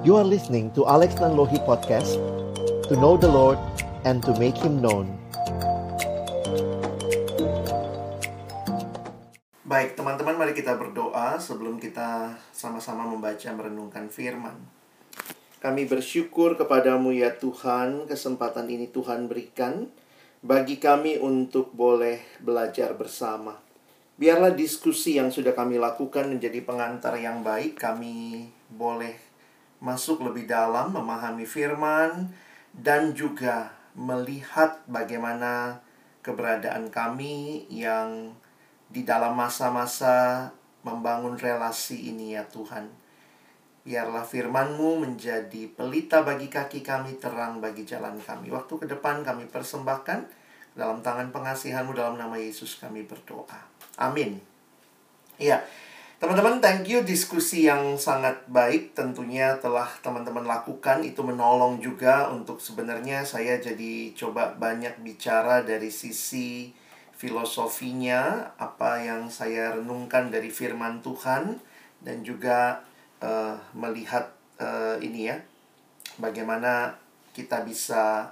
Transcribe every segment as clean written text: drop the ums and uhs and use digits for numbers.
You are listening to Alex Nanlohi Podcast, to know the Lord and to make Him known. Baik, teman-teman, mari kita berdoa sebelum kita sama-sama membaca merenungkan firman. Kami bersyukur kepadamu ya Tuhan, kesempatan ini Tuhan berikan bagi kami untuk boleh belajar bersama. Biarlah diskusi yang sudah kami lakukan menjadi pengantar yang baik. Kami boleh masuk lebih dalam, memahami firman, dan juga melihat bagaimana keberadaan kami yang di dalam masa-masa membangun relasi ini ya Tuhan. Biarlah firman-Mu menjadi pelita bagi kaki kami, terang bagi jalan kami. Waktu ke depan kami persembahkan dalam tangan pengasihan-Mu, dalam nama Yesus kami berdoa. Amin. Ya, teman-teman, thank you. Diskusi yang sangat baik tentunya telah teman-teman lakukan. Itu menolong juga untuk sebenarnya saya jadi coba banyak bicara dari sisi filosofinya, apa yang saya renungkan dari firman Tuhan, dan juga melihat ini ya, bagaimana kita bisa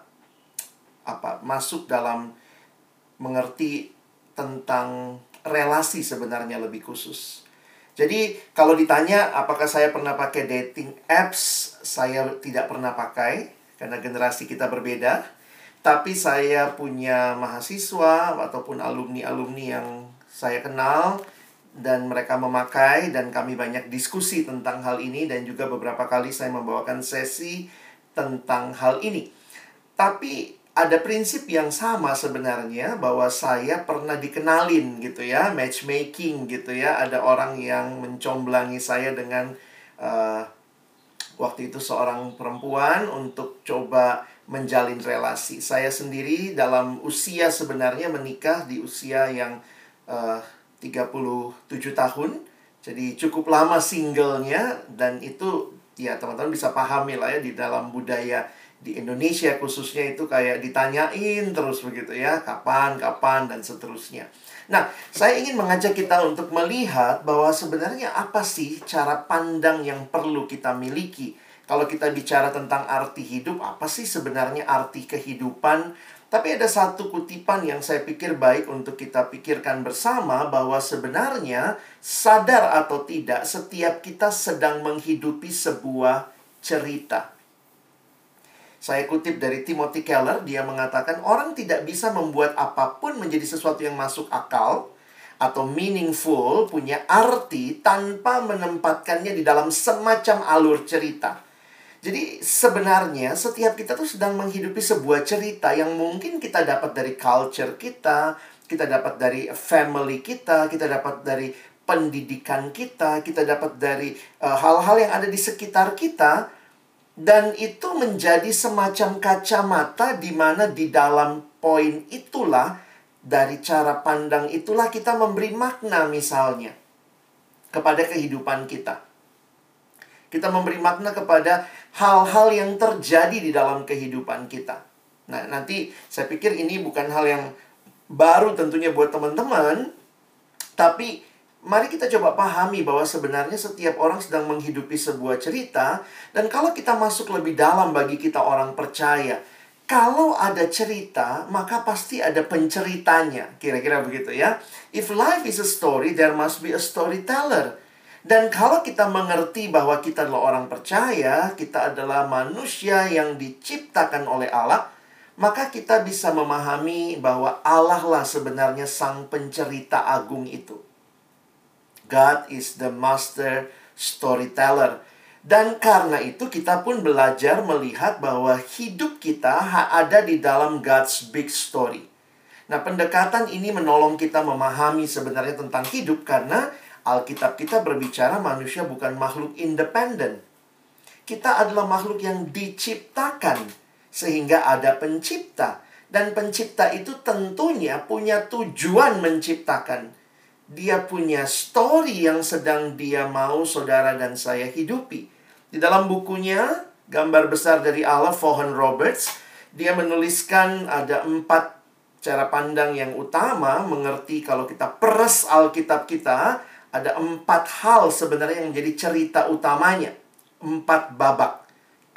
masuk dalam mengerti tentang relasi sebenarnya lebih khusus. Jadi kalau ditanya apakah saya pernah pakai dating apps, saya tidak pernah pakai karena generasi kita berbeda. Tapi saya punya mahasiswa ataupun alumni-alumni yang saya kenal dan mereka memakai, dan kami banyak diskusi tentang hal ini, dan juga beberapa kali saya membawakan sesi tentang hal ini. Tapi ada prinsip yang sama sebenarnya, bahwa saya pernah dikenalin gitu ya, matchmaking gitu ya. Ada orang yang mencomblangi saya dengan waktu itu seorang perempuan untuk coba menjalin relasi. Saya sendiri dalam usia sebenarnya menikah di usia yang 37 tahun. Jadi cukup lama singlenya, dan itu ya teman-teman bisa pahami lah ya, di dalam budaya di Indonesia khususnya itu kayak ditanyain terus begitu ya, kapan, dan seterusnya. Nah, saya ingin mengajak kita untuk melihat bahwa sebenarnya apa sih cara pandang yang perlu kita miliki. Kalau kita bicara tentang arti hidup, apa sih sebenarnya arti kehidupan? Tapi ada satu kutipan yang saya pikir baik untuk kita pikirkan bersama, bahwa sebenarnya sadar atau tidak, setiap kita sedang menghidupi sebuah cerita. Saya kutip dari Timothy Keller, dia mengatakan orang tidak bisa membuat apapun menjadi sesuatu yang masuk akal atau meaningful, punya arti, tanpa menempatkannya di dalam semacam alur cerita. Jadi sebenarnya setiap kita tuh sedang menghidupi sebuah cerita yang mungkin kita dapat dari culture kita dapat dari family kita dapat dari pendidikan kita dapat dari hal-hal yang ada di sekitar kita. Dan itu menjadi semacam kacamata di mana di dalam poin itulah, dari cara pandang itulah kita memberi makna misalnya kepada kehidupan kita. Kita memberi makna kepada hal-hal yang terjadi di dalam kehidupan kita. Nah, nanti saya pikir ini bukan hal yang baru tentunya buat teman-teman. Tapi mari kita coba pahami bahwa sebenarnya setiap orang sedang menghidupi sebuah cerita. Dan kalau kita masuk lebih dalam, bagi kita orang percaya, kalau ada cerita, maka pasti ada penceritanya. Kira-kira begitu ya. If life is a story, there must be a storyteller. Dan kalau kita mengerti bahwa kita adalah orang percaya, kita adalah manusia yang diciptakan oleh Allah, maka kita bisa memahami bahwa Allah lah sebenarnya sang pencerita agung itu. God is the master storyteller. Dan karena itu kita pun belajar melihat bahwa hidup kita ada di dalam God's big story. Nah, pendekatan ini menolong kita memahami sebenarnya tentang hidup, karena Alkitab kita berbicara manusia bukan makhluk independen. Kita adalah makhluk yang diciptakan, sehingga ada pencipta. Dan pencipta itu tentunya punya tujuan menciptakan. Dia punya story yang sedang dia mau saudara dan saya hidupi. Di dalam bukunya, Gambar Besar dari Allah, Vaughan Roberts, dia menuliskan ada 4 cara pandang yang utama mengerti kalau kita peres Alkitab kita. Ada 4 hal sebenarnya yang menjadi cerita utamanya. 4 babak.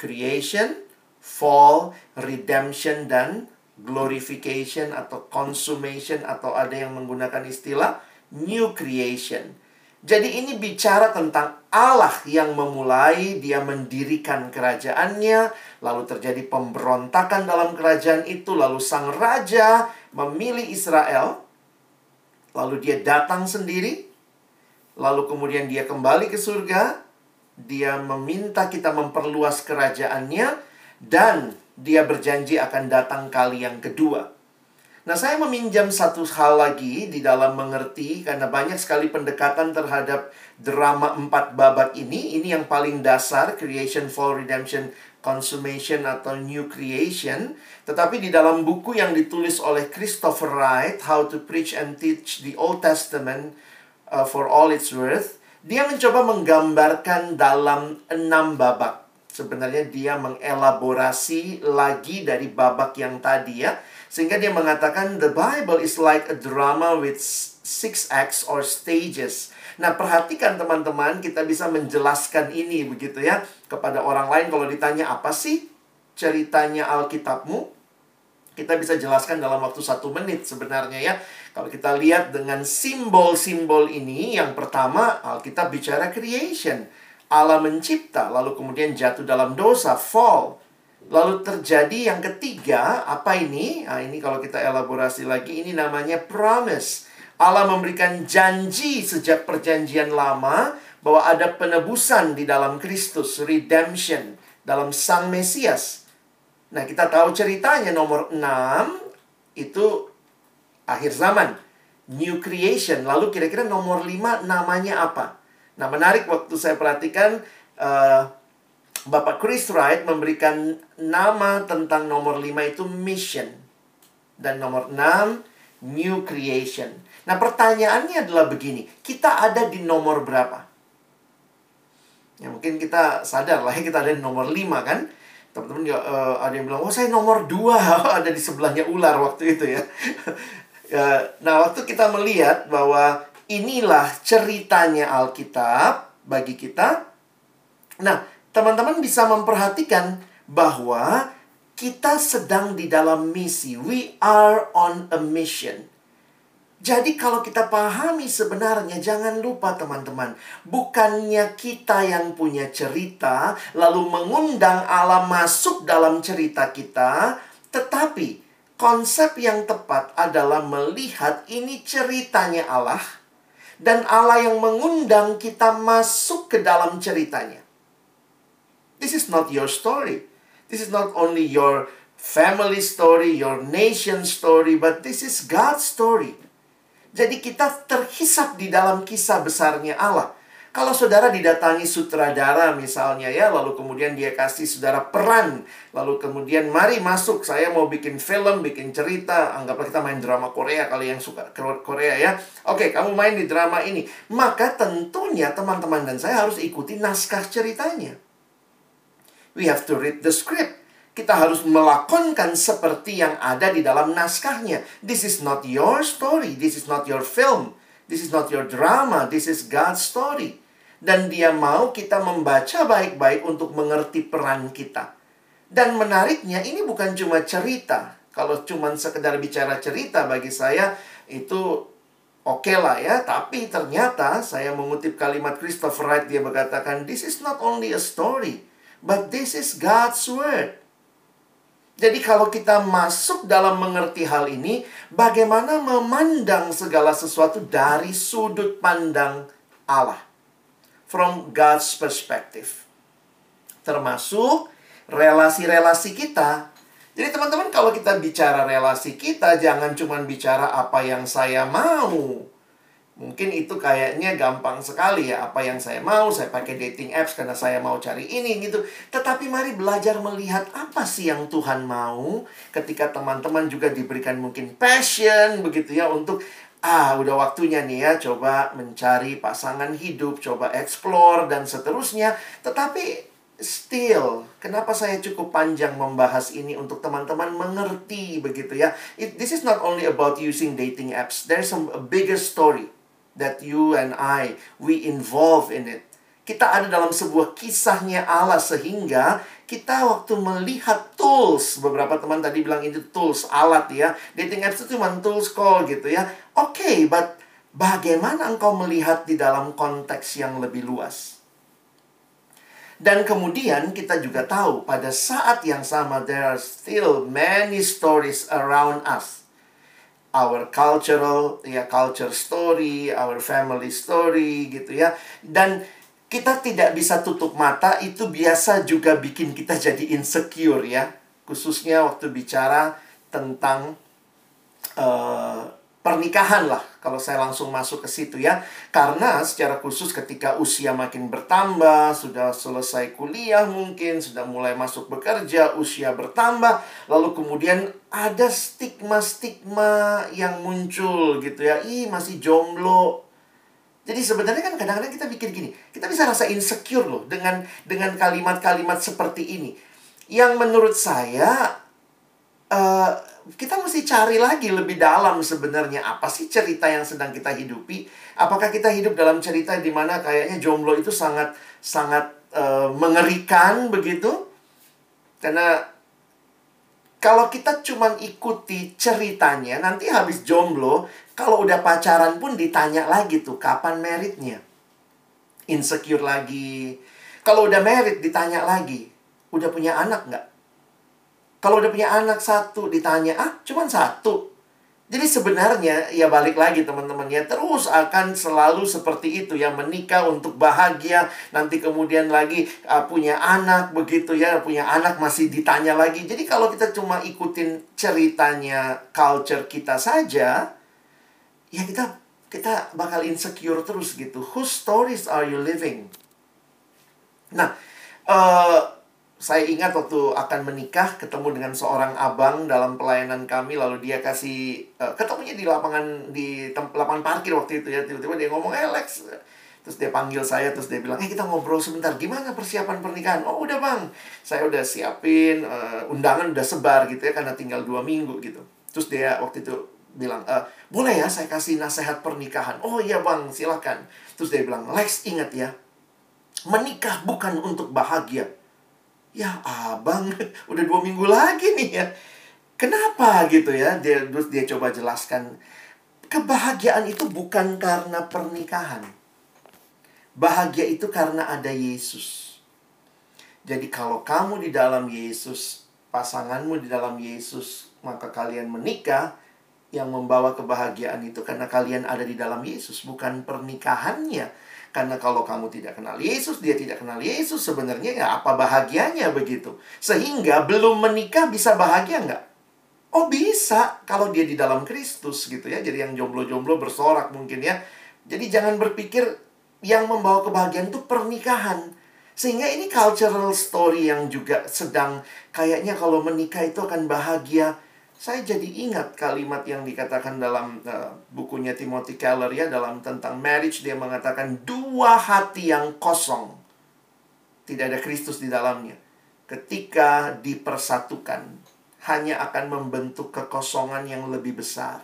Creation, fall, redemption, dan glorification atau consummation, atau ada yang menggunakan istilah new creation. Jadi ini bicara tentang Allah yang memulai, dia mendirikan kerajaannya, lalu terjadi pemberontakan dalam kerajaan itu, lalu sang raja memilih Israel, lalu dia datang sendiri, lalu kemudian dia kembali ke surga, dia meminta kita memperluas kerajaannya, dan dia berjanji akan datang kali yang kedua. Nah, saya meminjam satu hal lagi di dalam mengerti, karena banyak sekali pendekatan terhadap drama 4 babak ini. Ini yang paling dasar, creation, fall, redemption, consummation, atau new creation. Tetapi di dalam buku yang ditulis oleh Christopher Wright, How to Preach and Teach the Old Testament for All Its Worth, dia mencoba menggambarkan dalam 6 babak. Sebenarnya dia mengelaborasi lagi dari babak yang tadi ya. Sehingga dia mengatakan, the Bible is like a drama with 6 acts or stages. Nah, perhatikan teman-teman, kita bisa menjelaskan ini begitu ya. Kepada orang lain kalau ditanya, apa sih ceritanya Alkitabmu? Kita bisa jelaskan dalam waktu 1 menit sebenarnya ya. Kalau kita lihat dengan simbol-simbol ini, yang pertama, Alkitab bicara creation. Allah mencipta, lalu kemudian jatuh dalam dosa, fall. Lalu terjadi yang ketiga, apa ini? Nah, ini kalau kita elaborasi lagi, ini namanya promise. Allah memberikan janji sejak perjanjian lama bahwa ada penebusan di dalam Kristus, redemption, dalam Sang Mesias. Nah, kita tahu ceritanya nomor 6, itu akhir zaman, new creation. Lalu kira-kira nomor 5 namanya apa? Nah, menarik waktu saya perhatikan, Bapak Chris Wright memberikan nama tentang nomor 5 itu mission. Dan nomor 6, new creation. Nah, pertanyaannya adalah begini. Kita ada di nomor berapa? Ya, mungkin kita sadar lah ya, kita ada di nomor 5 kan? Teman-teman ada yang bilang, oh saya nomor 2. Ada di sebelahnya ular waktu itu ya. Nah, waktu kita melihat bahwa inilah ceritanya Alkitab bagi kita. Nah, teman-teman bisa memperhatikan bahwa kita sedang di dalam misi. We are on a mission. Jadi kalau kita pahami sebenarnya, jangan lupa teman-teman, bukannya kita yang punya cerita, lalu mengundang Allah masuk dalam cerita kita, tetapi konsep yang tepat adalah melihat ini ceritanya Allah, dan Allah yang mengundang kita masuk ke dalam ceritanya. This is not your story. This is not only your family story, your nation story, but this is God's story. Jadi kita terhisap di dalam kisah besarnya Allah. Kalau saudara didatangi sutradara misalnya ya, lalu kemudian dia kasih saudara peran, lalu kemudian mari masuk, saya mau bikin film, bikin cerita, anggaplah kita main drama Korea, kalau yang suka Korea ya. Oke, kamu main di drama ini. Maka tentunya teman-teman dan saya harus ikuti naskah ceritanya. We have to read the script. Kita harus melakonkan seperti yang ada di dalam naskahnya. This is not your story. This is not your film. This is not your drama. This is God's story. Dan dia mau kita membaca baik-baik untuk mengerti peran kita. Dan menariknya, ini bukan cuma cerita. Kalau cuma sekedar bicara cerita, bagi saya itu oke lah ya. Tapi ternyata saya mengutip kalimat Christopher Wright. Dia berkatakan, this is not only a story, but this is God's word. Jadi kalau kita masuk dalam mengerti hal ini, bagaimana memandang segala sesuatu dari sudut pandang Allah. From God's perspective. Termasuk relasi-relasi kita. Jadi teman-teman, kalau kita bicara relasi kita, jangan cuma bicara apa yang saya mau. Mungkin itu kayaknya gampang sekali ya. Apa yang saya mau, saya pakai dating apps karena saya mau cari ini gitu. Tetapi mari belajar melihat apa sih yang Tuhan mau. Ketika teman-teman juga diberikan mungkin passion begitu ya, untuk udah waktunya nih ya, coba mencari pasangan hidup, coba explore dan seterusnya. Tetapi still, kenapa saya cukup panjang membahas ini untuk teman-teman mengerti begitu ya. This is not only about using dating apps. There's a bigger story that you and we involve in it. kita ada dalam sebuah kisahnya Allah, sehingga kita waktu melihat tools, beberapa teman tadi bilang itu tools, alat ya. Dating apps itu cuma tools kok gitu ya. Oke, but bagaimana engkau melihat di dalam konteks yang lebih luas? Dan kemudian kita juga tahu pada saat yang sama there are still many stories around us. Our culture story, our family story gitu ya. Dan kita tidak bisa tutup mata, itu biasa juga bikin kita jadi insecure ya. Khususnya waktu bicara tentang pernikahan lah, kalau saya langsung masuk ke situ ya. Karena secara khusus ketika usia makin bertambah, sudah selesai kuliah mungkin, sudah mulai masuk bekerja, usia bertambah, lalu kemudian ada stigma-stigma yang muncul gitu ya. Ih, masih jomblo. Jadi sebenarnya kan kadang-kadang kita pikir gini, kita bisa rasa insecure loh dengan kalimat-kalimat seperti ini. Yang menurut saya kita mesti cari lagi lebih dalam sebenarnya apa sih cerita yang sedang kita hidupi. Apakah kita hidup dalam cerita di mana kayaknya jomblo itu sangat mengerikan begitu? Karena kalau kita cuma ikuti ceritanya, nanti habis jomblo, kalau udah pacaran pun ditanya lagi tuh kapan meritnya. Insecure lagi. Kalau udah merit ditanya lagi, udah punya anak nggak? Kalau udah punya anak satu, ditanya, cuman satu. Jadi sebenarnya, ya balik lagi teman-teman ya, terus akan selalu seperti itu ya, menikah untuk bahagia, nanti kemudian lagi punya anak, begitu ya, punya anak masih ditanya lagi. Jadi kalau kita cuma ikutin ceritanya culture kita saja, ya kita bakal insecure terus gitu. Whose stories are you living? Nah, saya ingat waktu akan menikah, ketemu dengan seorang abang dalam pelayanan kami, lalu dia kasih, ketemunya di lapangan parkir waktu itu ya, tiba-tiba dia ngomong, Lex, terus dia panggil saya, terus dia bilang, kita ngobrol sebentar, gimana persiapan pernikahan? Oh udah bang, saya udah siapin, undangan udah sebar gitu ya, karena tinggal 2 minggu gitu. Terus dia waktu itu bilang, boleh ya saya kasih nasihat pernikahan? Oh iya bang, silakan. Terus dia bilang, Lex ingat ya, menikah bukan untuk bahagia. Ya abang, udah 2 minggu lagi nih ya. Kenapa gitu ya? Terus dia coba jelaskan. Kebahagiaan itu bukan karena pernikahan. Bahagia itu karena ada Yesus. Jadi kalau kamu di dalam Yesus, pasanganmu di dalam Yesus, maka kalian menikah. Yang membawa kebahagiaan itu karena kalian ada di dalam Yesus, bukan pernikahannya. Karena kalau kamu tidak kenal Yesus, dia tidak kenal Yesus, sebenarnya ya apa bahagianya begitu? Sehingga belum menikah bisa bahagia nggak? Oh bisa, kalau dia di dalam Kristus gitu ya. Jadi yang jomblo-jomblo bersorak mungkin ya. Jadi jangan berpikir yang membawa kebahagiaan itu pernikahan. Sehingga ini cultural story yang juga sedang kayaknya kalau menikah itu akan bahagia. Saya jadi ingat kalimat yang dikatakan dalam bukunya Timothy Keller ya, dalam tentang marriage. Dia mengatakan 2 hati yang kosong, tidak ada Kristus di dalamnya, ketika dipersatukan, hanya akan membentuk kekosongan yang lebih besar.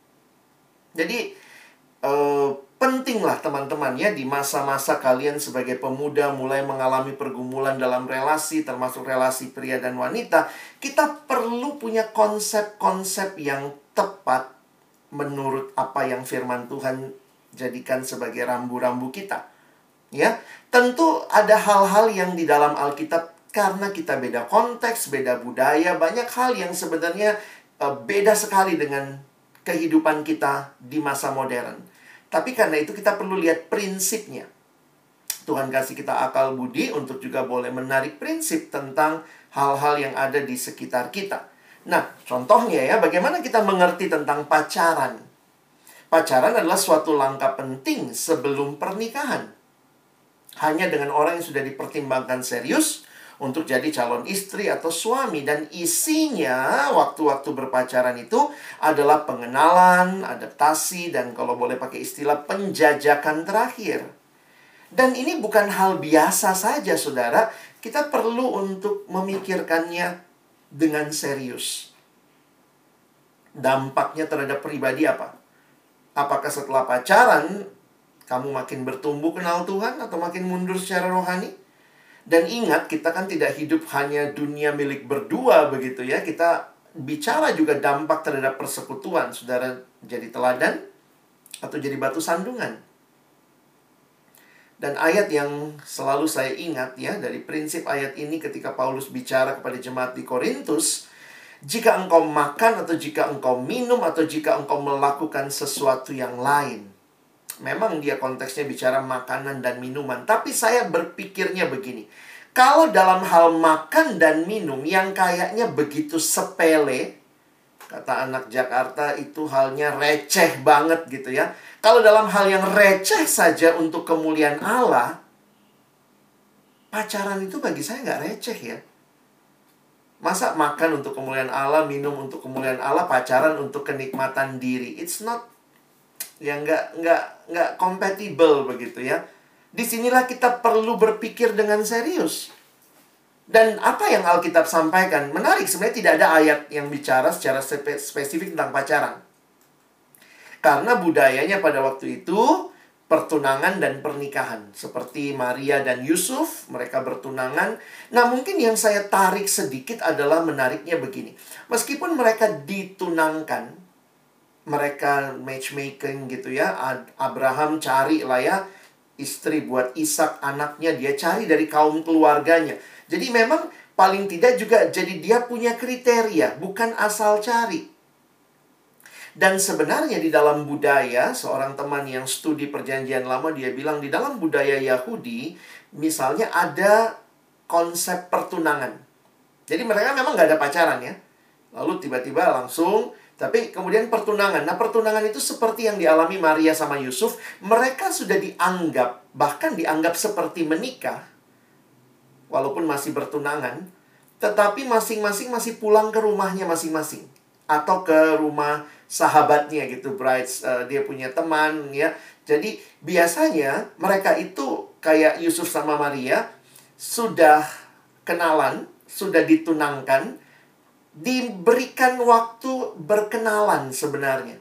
Jadi pentinglah teman-teman ya, di masa-masa kalian sebagai pemuda mulai mengalami pergumulan dalam relasi, termasuk relasi pria dan wanita, kita perlu punya konsep-konsep yang tepat menurut apa yang firman Tuhan jadikan sebagai rambu-rambu kita. Ya, tentu ada hal-hal yang di dalam Alkitab, karena kita beda konteks, beda budaya, banyak hal yang sebenarnya beda sekali dengan kehidupan kita di masa modern. Tapi karena itu kita perlu lihat prinsipnya. Tuhan kasih kita akal budi untuk juga boleh menarik prinsip tentang hal-hal yang ada di sekitar kita. Nah, contohnya ya, bagaimana kita mengerti tentang pacaran. Pacaran adalah suatu langkah penting sebelum pernikahan. Hanya dengan orang yang sudah dipertimbangkan serius untuk jadi calon istri atau suami. Dan isinya waktu-waktu berpacaran itu adalah pengenalan, adaptasi, dan kalau boleh pakai istilah penjajakan terakhir. Dan ini bukan hal biasa saja, saudara. Kita perlu untuk memikirkannya dengan serius. Dampaknya terhadap pribadi apa? Apakah setelah pacaran Kamu makin bertumbuh kenal Tuhan atau makin mundur secara rohani? Dan ingat, kita kan tidak hidup hanya dunia milik berdua begitu ya. Kita bicara juga dampak terhadap persekutuan. Saudara jadi teladan atau jadi batu sandungan. Dan ayat yang selalu saya ingat ya, dari prinsip ayat ini ketika Paulus bicara kepada jemaat di Korintus, jika engkau makan atau jika engkau minum atau jika engkau melakukan sesuatu yang lain. Memang dia konteksnya bicara makanan dan minuman. Tapi saya berpikirnya begini. Kalau dalam hal makan dan minum yang kayaknya begitu sepele, kata anak Jakarta itu halnya receh banget gitu ya. Kalau dalam hal yang receh saja untuk kemuliaan Allah, pacaran itu bagi saya nggak receh ya. Masa makan untuk kemuliaan Allah, minum untuk kemuliaan Allah, pacaran untuk kenikmatan diri. It's not, ya nggak compatible begitu ya. Disinilah kita perlu berpikir dengan serius. Dan apa yang Alkitab sampaikan? Menarik, sebenarnya tidak ada ayat yang bicara secara spesifik tentang pacaran. Karena budayanya pada waktu itu pertunangan dan pernikahan. Seperti Maria dan Yusuf, mereka bertunangan. Nah, mungkin yang saya tarik sedikit adalah menariknya begini. Meskipun mereka ditunangkan, mereka matchmaking gitu ya. Abraham cari lah ya istri buat Ishak anaknya. Dia cari dari kaum keluarganya. Jadi memang paling tidak juga jadi dia punya kriteria. Bukan asal cari. Dan sebenarnya di dalam budaya, seorang teman yang studi perjanjian lama, dia bilang di dalam budaya Yahudi, misalnya ada konsep pertunangan. Jadi mereka memang nggak ada pacaran ya. Lalu tiba-tiba langsung, tapi kemudian pertunangan. Nah, pertunangan itu seperti yang dialami Maria sama Yusuf. Mereka sudah dianggap, bahkan dianggap seperti menikah. Walaupun masih bertunangan. Tetapi masing-masing masih pulang ke rumahnya masing-masing. Atau ke rumah sahabatnya gitu. Brides, dia punya teman ya. Jadi biasanya mereka itu kayak Yusuf sama Maria. Sudah kenalan, sudah ditunangkan, diberikan waktu berkenalan sebenarnya.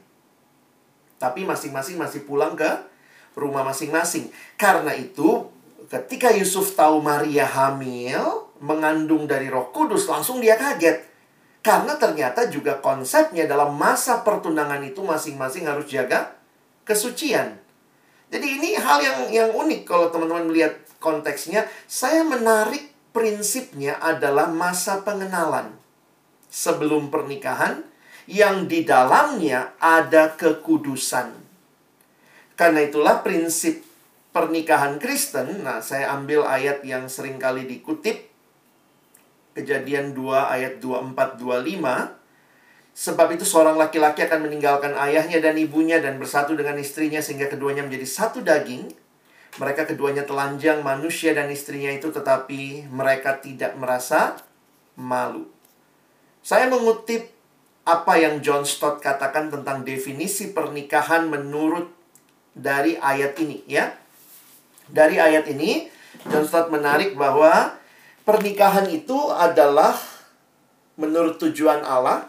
Tapi masing-masing masih pulang ke rumah masing-masing. Karena itu, ketika Yusuf tahu Maria hamil, mengandung dari Roh Kudus, langsung dia kaget. Karena ternyata juga konsepnya dalam masa pertunangan itu masing-masing harus jaga kesucian. Jadi ini hal yang unik kalau teman-teman melihat konteksnya. Saya menarik prinsipnya adalah masa pengenalan sebelum pernikahan yang di dalamnya ada kekudusan. Karena itulah prinsip pernikahan Kristen. Nah, saya ambil ayat yang sering kali dikutip. Kejadian 2 ayat 24-25. Sebab itu seorang laki-laki akan meninggalkan ayahnya dan ibunya dan bersatu dengan istrinya sehingga keduanya menjadi satu daging. Mereka keduanya telanjang, manusia dan istrinya itu, tetapi mereka tidak merasa malu. Saya mengutip apa yang John Stott katakan tentang definisi pernikahan menurut dari ayat ini ya. Dari ayat ini John Stott menarik bahwa pernikahan itu adalah menurut tujuan Allah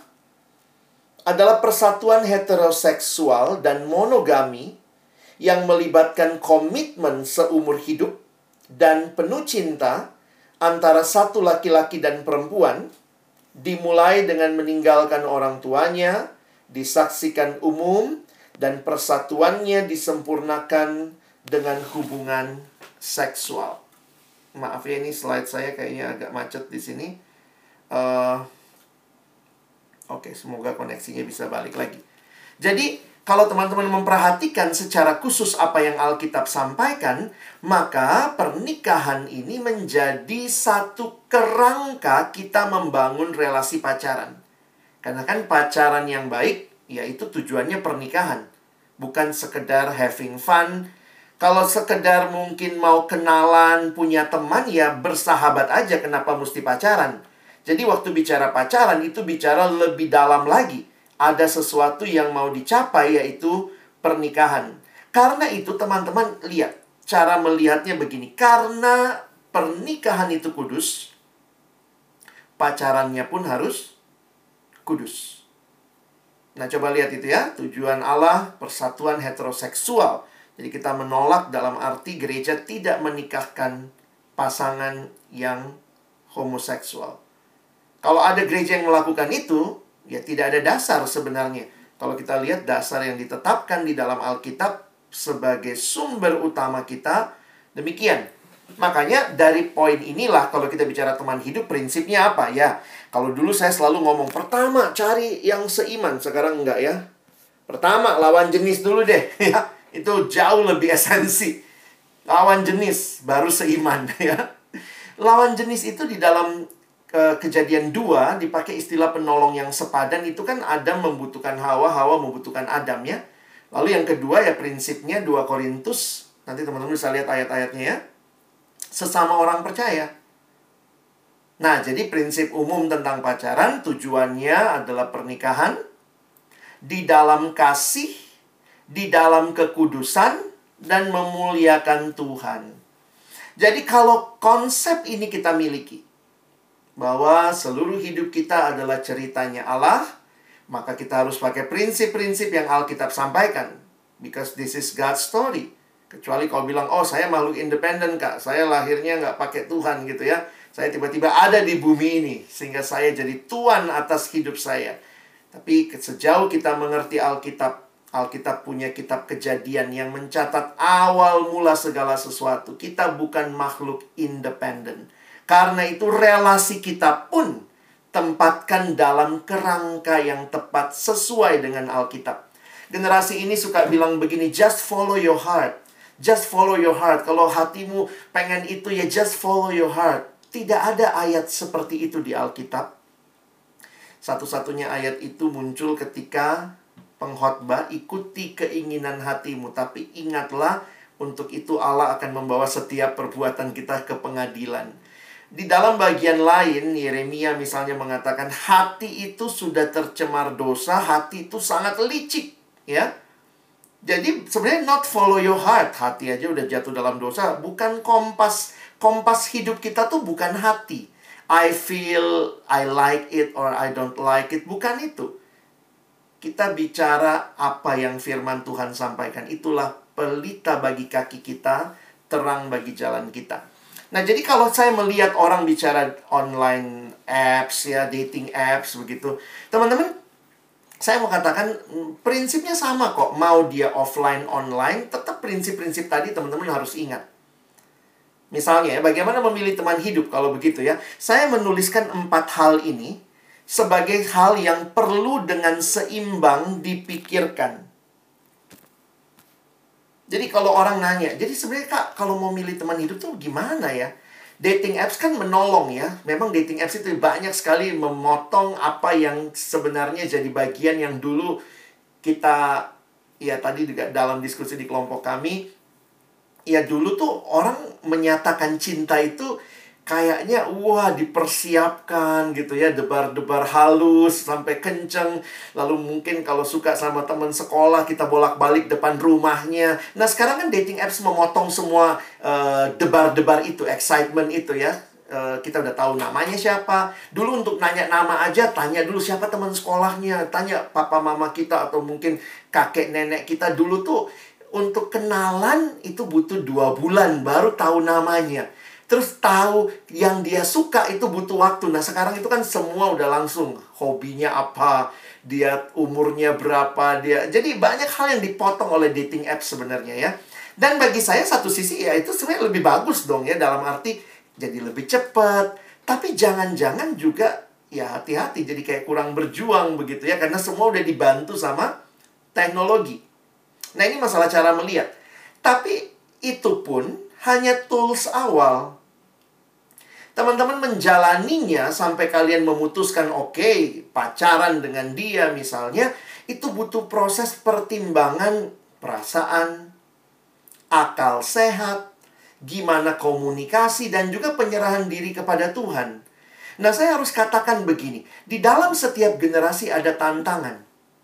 adalah persatuan heteroseksual dan monogami yang melibatkan komitmen seumur hidup dan penuh cinta antara satu laki-laki dan perempuan, dimulai dengan meninggalkan orang tuanya, disaksikan umum, dan persatuannya disempurnakan dengan hubungan seksual. Maaf ya, ini slide saya kayaknya agak macet di sini. Oke, semoga koneksinya bisa balik lagi. Jadi, kalau teman-teman memperhatikan secara khusus apa yang Alkitab sampaikan, maka pernikahan ini menjadi satu kerangka kita membangun relasi pacaran. Karena kan pacaran yang baik, yaitu tujuannya pernikahan. Bukan sekedar having fun. Kalau sekedar mungkin mau kenalan, punya teman, ya bersahabat aja, kenapa mesti pacaran? Jadi waktu bicara pacaran itu bicara lebih dalam lagi. Ada sesuatu yang mau dicapai, yaitu pernikahan. Karena itu teman-teman lihat, cara melihatnya begini. Karena pernikahan itu kudus, pacarannya pun harus kudus. Nah, coba lihat itu ya. Tujuan Allah, persatuan heteroseksual. Jadi kita menolak dalam arti gereja tidak menikahkan pasangan yang homoseksual. Kalau ada gereja yang melakukan itu, ya tidak ada dasar sebenarnya. Kalau kita lihat dasar yang ditetapkan di dalam Alkitab sebagai sumber utama kita, demikian. Makanya dari poin inilah kalau kita bicara teman hidup, prinsipnya apa ya? Kalau dulu saya selalu ngomong, pertama cari yang seiman. Sekarang enggak ya. Pertama lawan jenis dulu deh. Ya, itu jauh lebih esensi. Lawan jenis, baru seiman. Ya. Lawan jenis itu di dalam Kejadian 2 dipakai istilah penolong yang sepadan. Itu kan Adam membutuhkan Hawa, Hawa membutuhkan Adam ya. Lalu yang kedua ya prinsipnya 2 Korintus. Nanti teman-teman bisa lihat ayat-ayatnya ya. Sesama orang percaya. Nah, jadi prinsip umum tentang pacaran tujuannya adalah pernikahan di dalam kasih, di dalam kekudusan, dan memuliakan Tuhan. Jadi kalau konsep ini kita miliki, bahwa seluruh hidup kita adalah ceritanya Allah, maka kita harus pakai prinsip-prinsip yang Alkitab sampaikan. Because this is God's story. Kecuali kau bilang, oh saya makhluk independen kak, saya lahirnya nggak pakai Tuhan gitu ya. Saya tiba-tiba ada di bumi ini, sehingga saya jadi tuan atas hidup saya. Tapi sejauh kita mengerti Alkitab, Alkitab punya kitab Kejadian yang mencatat awal mula segala sesuatu. Kita bukan makhluk independen. Karena itu relasi kita pun tempatkan dalam kerangka yang tepat sesuai dengan Alkitab. Generasi ini suka bilang begini, just follow your heart. Just follow your heart. Kalau hatimu pengen itu ya just follow your heart. Tidak ada ayat seperti itu di Alkitab. Satu-satunya ayat itu muncul ketika pengkhotbah, ikuti keinginan hatimu. Tapi ingatlah, untuk itu Allah akan membawa setiap perbuatan kita ke pengadilan. Di dalam bagian lain, Yeremia misalnya mengatakan, hati itu sudah tercemar dosa, hati itu sangat licik. Ya, jadi sebenarnya not follow your heart. Hati aja udah jatuh dalam dosa. Bukan kompas. Kompas hidup kita tuh bukan hati. I feel, I like it or I don't like it. Bukan itu. Kita bicara apa yang firman Tuhan sampaikan. Itulah pelita bagi kaki kita, terang bagi jalan kita. Nah, jadi kalau saya melihat orang bicara online apps, ya, dating apps, begitu. Teman-teman, saya mau katakan prinsipnya sama kok. Mau dia offline, online, tetap prinsip-prinsip tadi teman-teman harus ingat. Misalnya, bagaimana memilih teman hidup kalau begitu ya. Saya menuliskan 4 hal ini sebagai hal yang perlu dengan seimbang dipikirkan. Jadi kalau orang nanya, jadi sebenarnya kak, kalau mau milih teman hidup tuh gimana ya? Dating apps kan menolong ya. Memang dating apps itu banyak sekali memotong apa yang sebenarnya jadi bagian yang dulu kita, ya tadi juga dalam diskusi di kelompok kami, ya dulu tuh orang menyatakan cinta itu kayaknya wah dipersiapkan gitu ya, debar-debar halus sampai kenceng. Lalu mungkin kalau suka sama teman sekolah kita bolak-balik depan rumahnya. Nah sekarang kan dating apps memotong semua debar-debar itu, excitement itu ya. Kita udah tahu namanya siapa. Dulu untuk nanya nama aja, tanya dulu siapa teman sekolahnya, tanya papa mama kita atau mungkin kakek nenek kita. Dulu tuh untuk kenalan itu butuh 2 bulan baru tahu namanya. Terus tahu yang dia suka itu butuh waktu. Nah sekarang itu kan semua udah langsung. Hobinya apa, dia umurnya berapa, dia. Jadi banyak hal yang dipotong oleh dating apps sebenarnya ya. Dan bagi saya satu sisi ya itu sebenarnya lebih bagus dong ya. Dalam arti jadi lebih cepat. Tapi jangan-jangan juga ya hati-hati. Jadi kayak kurang berjuang begitu ya. Karena semua udah dibantu sama teknologi. Nah ini masalah cara melihat. Tapi itu pun hanya tools awal. Teman-teman menjalaninya sampai kalian memutuskan oke, pacaran dengan dia misalnya, itu butuh proses pertimbangan perasaan, akal sehat, gimana komunikasi, dan juga penyerahan diri kepada Tuhan. Nah, saya harus katakan begini, di dalam setiap generasi ada tantangan.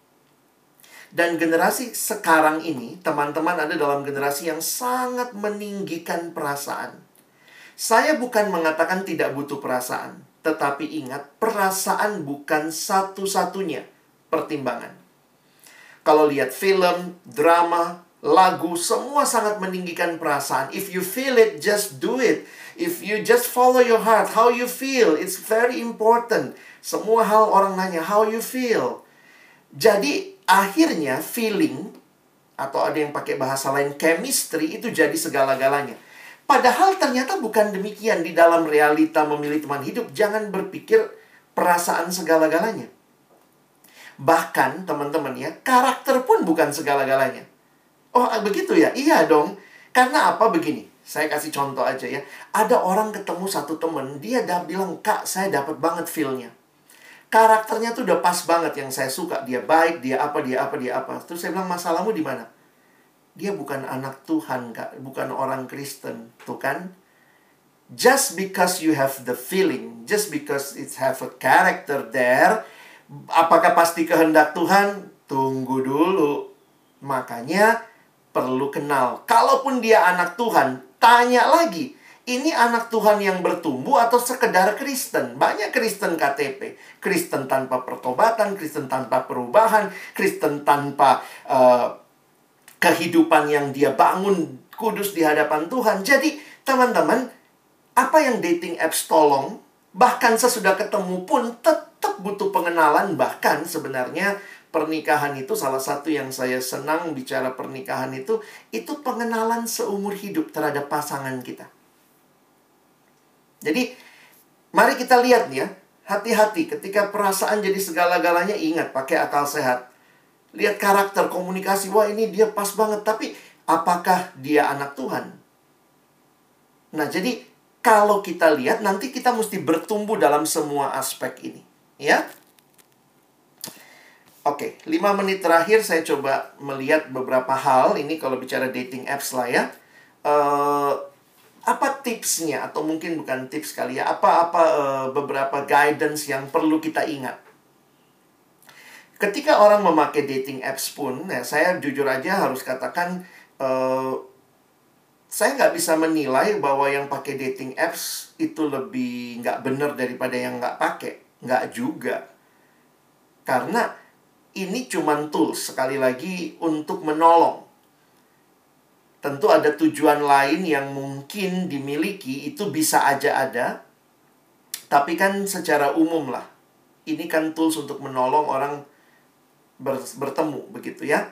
Dan generasi sekarang ini, teman-teman ada dalam generasi yang sangat meninggikan perasaan. Saya bukan mengatakan tidak butuh perasaan, tetapi ingat, perasaan bukan satu-satunya pertimbangan. Kalau lihat film, drama, lagu, semua sangat meninggikan perasaan. If you feel it, just do it. If you just follow your heart, how you feel, it's very important. Semua hal orang nanya, how you feel. Jadi, akhirnya feeling, atau ada yang pakai bahasa lain, chemistry, itu jadi segala-galanya. Padahal ternyata bukan demikian. Di dalam realita memilih teman hidup, jangan berpikir perasaan segala-galanya. Bahkan, teman-teman ya, karakter pun bukan segala-galanya. Oh, begitu ya? Iya dong. Karena apa begini? Saya kasih contoh aja ya. Ada orang ketemu satu temen, dia bilang, Kak, saya dapat banget feel-nya. Karakternya tuh udah pas banget yang saya suka. Dia baik, dia apa. Terus saya bilang, masalahmu di mana? Dia bukan anak Tuhan, Kak. Bukan orang Kristen. Tuh kan? Just because you have the feeling, just because it have a character there, apakah pasti kehendak Tuhan? Tunggu dulu. Makanya perlu kenal. Kalaupun dia anak Tuhan, tanya lagi. Ini anak Tuhan yang bertumbuh atau sekedar Kristen? Banyak Kristen KTP. Kristen tanpa pertobatan, Kristen tanpa perubahan, Kristen tanpa kehidupan yang dia bangun kudus di hadapan Tuhan. Jadi, teman-teman, apa yang dating apps tolong, bahkan sesudah ketemu pun tetap butuh pengenalan. Bahkan sebenarnya pernikahan itu salah satu yang saya senang bicara pernikahan itu pengenalan seumur hidup terhadap pasangan kita. Jadi, mari kita lihat nih ya, hati-hati ketika perasaan jadi segala-galanya, ingat pakai akal sehat. Lihat karakter, komunikasi, wah ini dia pas banget, tapi apakah dia anak Tuhan? Nah, jadi kalau kita lihat, nanti kita mesti bertumbuh dalam semua aspek ini. Ya? Oke, 5 menit terakhir saya coba melihat beberapa hal. Ini kalau bicara dating apps lah ya. Apa tipsnya? Atau mungkin bukan tips kali ya. Beberapa guidance yang perlu kita ingat. Ketika orang memakai dating apps pun, ya, saya jujur aja harus katakan, saya nggak bisa menilai bahwa yang pakai dating apps itu lebih nggak benar daripada yang nggak pakai. Nggak juga. Karena ini cuman tools, sekali lagi, untuk menolong. Tentu ada tujuan lain yang mungkin dimiliki, itu bisa aja ada. Tapi kan secara umum lah. Ini kan tools untuk menolong orang bertemu, begitu ya.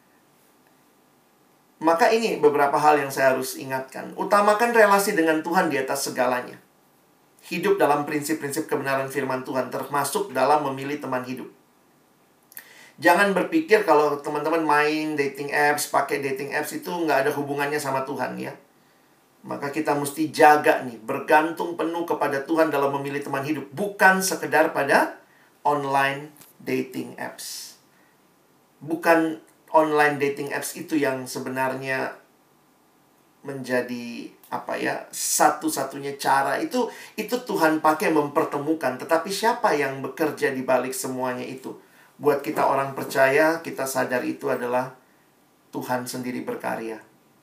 Maka ini beberapa hal yang saya harus ingatkan. Utamakan relasi dengan Tuhan di atas segalanya. Hidup dalam prinsip-prinsip kebenaran firman Tuhan, termasuk dalam memilih teman hidup. Jangan berpikir kalau teman-teman main dating apps, pakai dating apps itu nggak ada hubungannya sama Tuhan ya. Maka kita mesti jaga nih, bergantung penuh kepada Tuhan dalam memilih teman hidup. Bukan sekedar pada online dating apps. Bukan online dating apps itu yang sebenarnya menjadi satu-satunya cara. Itu Tuhan pakai mempertemukan. Tetapi siapa yang bekerja di balik semuanya itu? Buat kita orang percaya, kita sadar itu adalah Tuhan sendiri berkarya.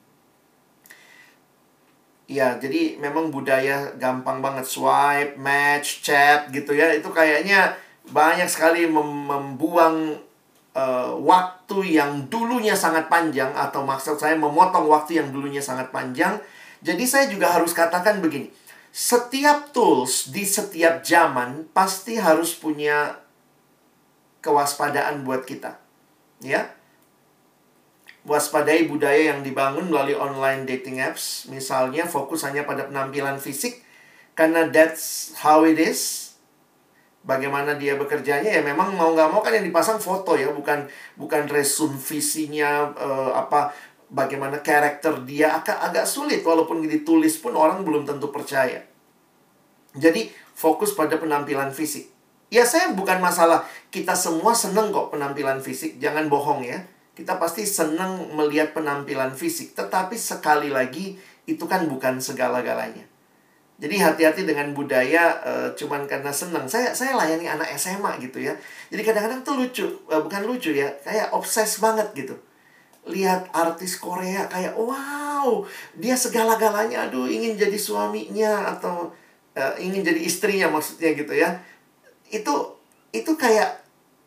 Ya, jadi memang budaya gampang banget swipe, match, chat gitu ya. Itu kayaknya banyak sekali membuang waktu yang dulunya sangat panjang. Atau maksud saya memotong waktu yang dulunya sangat panjang. Jadi saya juga harus katakan begini. Setiap tools di setiap zaman pasti harus punya kewaspadaan buat kita. Ya. Waspadai budaya yang dibangun melalui online dating apps. Misalnya fokus hanya pada penampilan fisik. Karena that's how it is. Bagaimana dia bekerjanya, ya memang mau nggak mau kan yang dipasang foto ya. Bukan resume visinya, bagaimana karakter dia. Agak sulit, walaupun ditulis pun orang belum tentu percaya. Jadi fokus pada penampilan fisik. Ya, saya bukan masalah, kita semua seneng kok penampilan fisik. Jangan bohong ya. Kita pasti seneng melihat penampilan fisik. Tetapi sekali lagi, itu kan bukan segala-galanya. Jadi hati-hati dengan budaya cuman karena seneng. Saya layani anak SMA gitu ya. Jadi kadang-kadang tuh lucu. Bukan lucu ya. Kayak obses banget gitu. Lihat artis Korea kayak, wow, dia segala-galanya. Aduh, ingin jadi suaminya. Atau ingin jadi istrinya maksudnya gitu ya. Itu kayak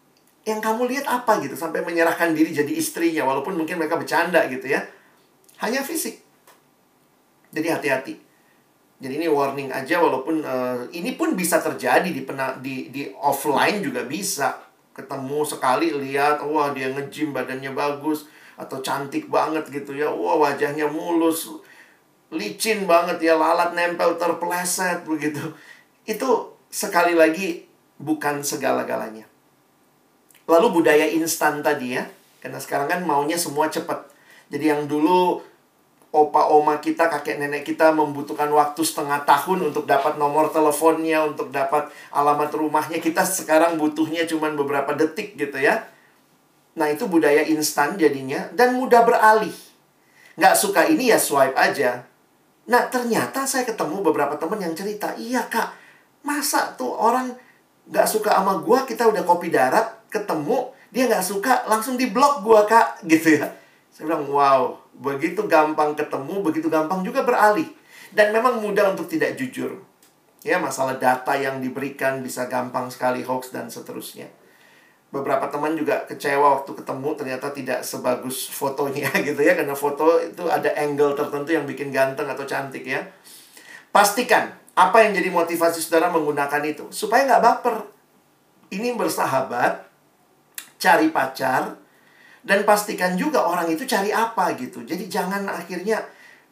Yang kamu lihat apa gitu, sampai menyerahkan diri jadi istrinya, walaupun mungkin mereka bercanda gitu ya. Hanya fisik. Jadi hati-hati. Jadi ini warning aja, walaupun ini pun bisa terjadi di offline juga bisa. Ketemu sekali lihat, wah dia nge-gym, badannya bagus, atau cantik banget gitu ya. Wah wajahnya mulus, licin banget ya, lalat nempel terpeleset begitu. Itu sekali lagi bukan segala-galanya. Lalu budaya instan tadi ya, karena sekarang kan maunya semua cepat. Jadi yang dulu opa oma kita, kakek nenek kita membutuhkan waktu setengah tahun untuk dapat nomor teleponnya, untuk dapat alamat rumahnya. Kita sekarang butuhnya cuma beberapa detik gitu ya. Nah itu budaya instan jadinya, dan mudah beralih. Nggak suka ini ya swipe aja. Nah ternyata saya ketemu beberapa teman yang cerita, iya kak, masa tuh orang nggak suka sama gua, kita udah kopi darat, ketemu, dia nggak suka, langsung di-block gua kak, gitu ya. Saya bilang, wow, begitu gampang ketemu, begitu gampang juga beralih. Dan memang mudah untuk tidak jujur. Ya, masalah data yang diberikan bisa gampang sekali hoax dan seterusnya. Beberapa teman juga kecewa waktu ketemu, ternyata tidak sebagus fotonya gitu ya. Karena foto itu ada angle tertentu yang bikin ganteng atau cantik ya. Pastikan, apa yang jadi motivasi saudara menggunakan itu? Supaya nggak baper. Ini bersahabat, cari pacar, dan pastikan juga orang itu cari apa gitu. Jadi jangan akhirnya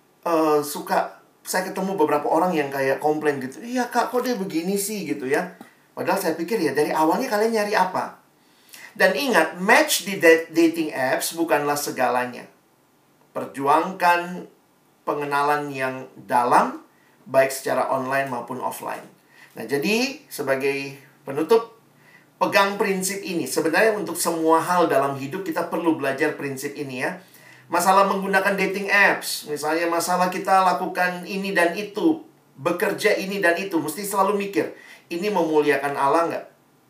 saya ketemu beberapa orang yang kayak komplain gitu. Iya kak, kok dia begini sih gitu ya. Padahal saya pikir ya dari awalnya kalian nyari apa. Dan ingat, match di dating apps bukanlah segalanya. Perjuangkan pengenalan yang dalam, baik secara online maupun offline. Nah jadi sebagai penutup, pegang prinsip ini. Sebenarnya untuk semua hal dalam hidup kita perlu belajar prinsip ini ya. Masalah menggunakan dating apps, misalnya masalah kita lakukan ini dan itu, bekerja ini dan itu, mesti selalu mikir, ini memuliakan Allah nggak?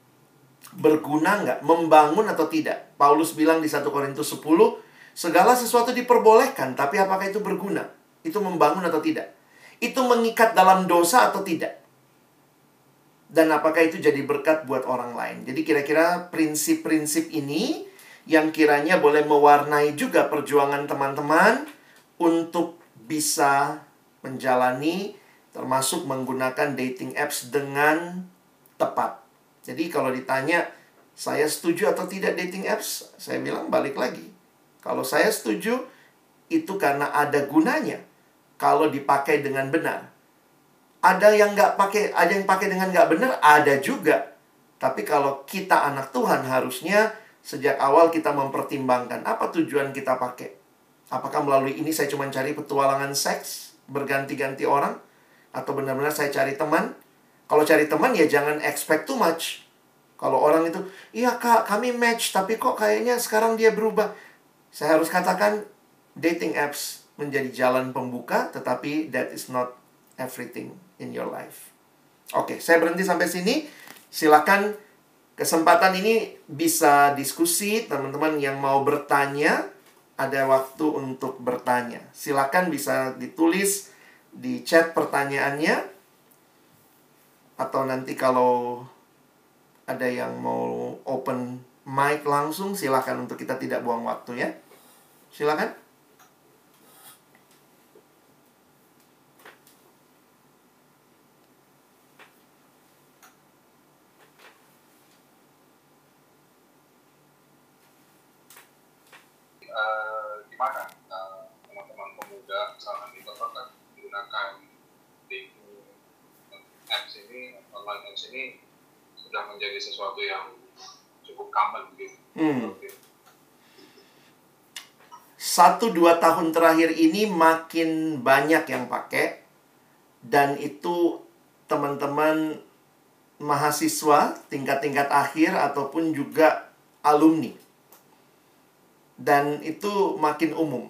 Berguna nggak? Membangun atau tidak? Paulus bilang di 1 Korintus 10, segala sesuatu diperbolehkan, tapi apakah itu berguna? Itu membangun atau tidak? Itu mengikat dalam dosa atau tidak? Dan apakah itu jadi berkat buat orang lain? Jadi kira-kira prinsip-prinsip ini yang kiranya boleh mewarnai juga perjuangan teman-teman untuk bisa menjalani, termasuk menggunakan dating apps dengan tepat. Jadi kalau ditanya, saya setuju atau tidak dating apps? Saya bilang balik lagi. Kalau saya setuju, itu karena ada gunanya. Kalau dipakai dengan benar. Ada yang pakai dengan nggak benar, ada juga. Tapi kalau kita anak Tuhan, harusnya sejak awal kita mempertimbangkan apa tujuan kita pakai. Apakah melalui ini saya cuma cari petualangan seks, berganti-ganti orang, atau benar-benar saya cari teman? Kalau cari teman ya jangan expect too much. Kalau orang itu, iya kak, kami match, tapi kok kayaknya sekarang dia berubah. Saya harus katakan, dating apps menjadi jalan pembuka, tetapi that is not everything in your life. Oke, saya berhenti sampai sini. Silakan, kesempatan ini bisa diskusi. Teman-teman yang mau bertanya, ada waktu untuk bertanya. Silakan bisa ditulis di chat pertanyaannya. Atau nanti kalau ada yang mau open mic langsung, silakan, untuk kita tidak buang waktu ya. Silakan. Gimana teman-teman pemuda misalnya di apakah menggunakan dating apps ini, online apps ini sudah menjadi sesuatu yang cukup common gitu. 1-2 tahun terakhir ini makin banyak yang pakai. Dan itu teman-teman mahasiswa tingkat-tingkat akhir ataupun juga alumni. Dan itu makin umum.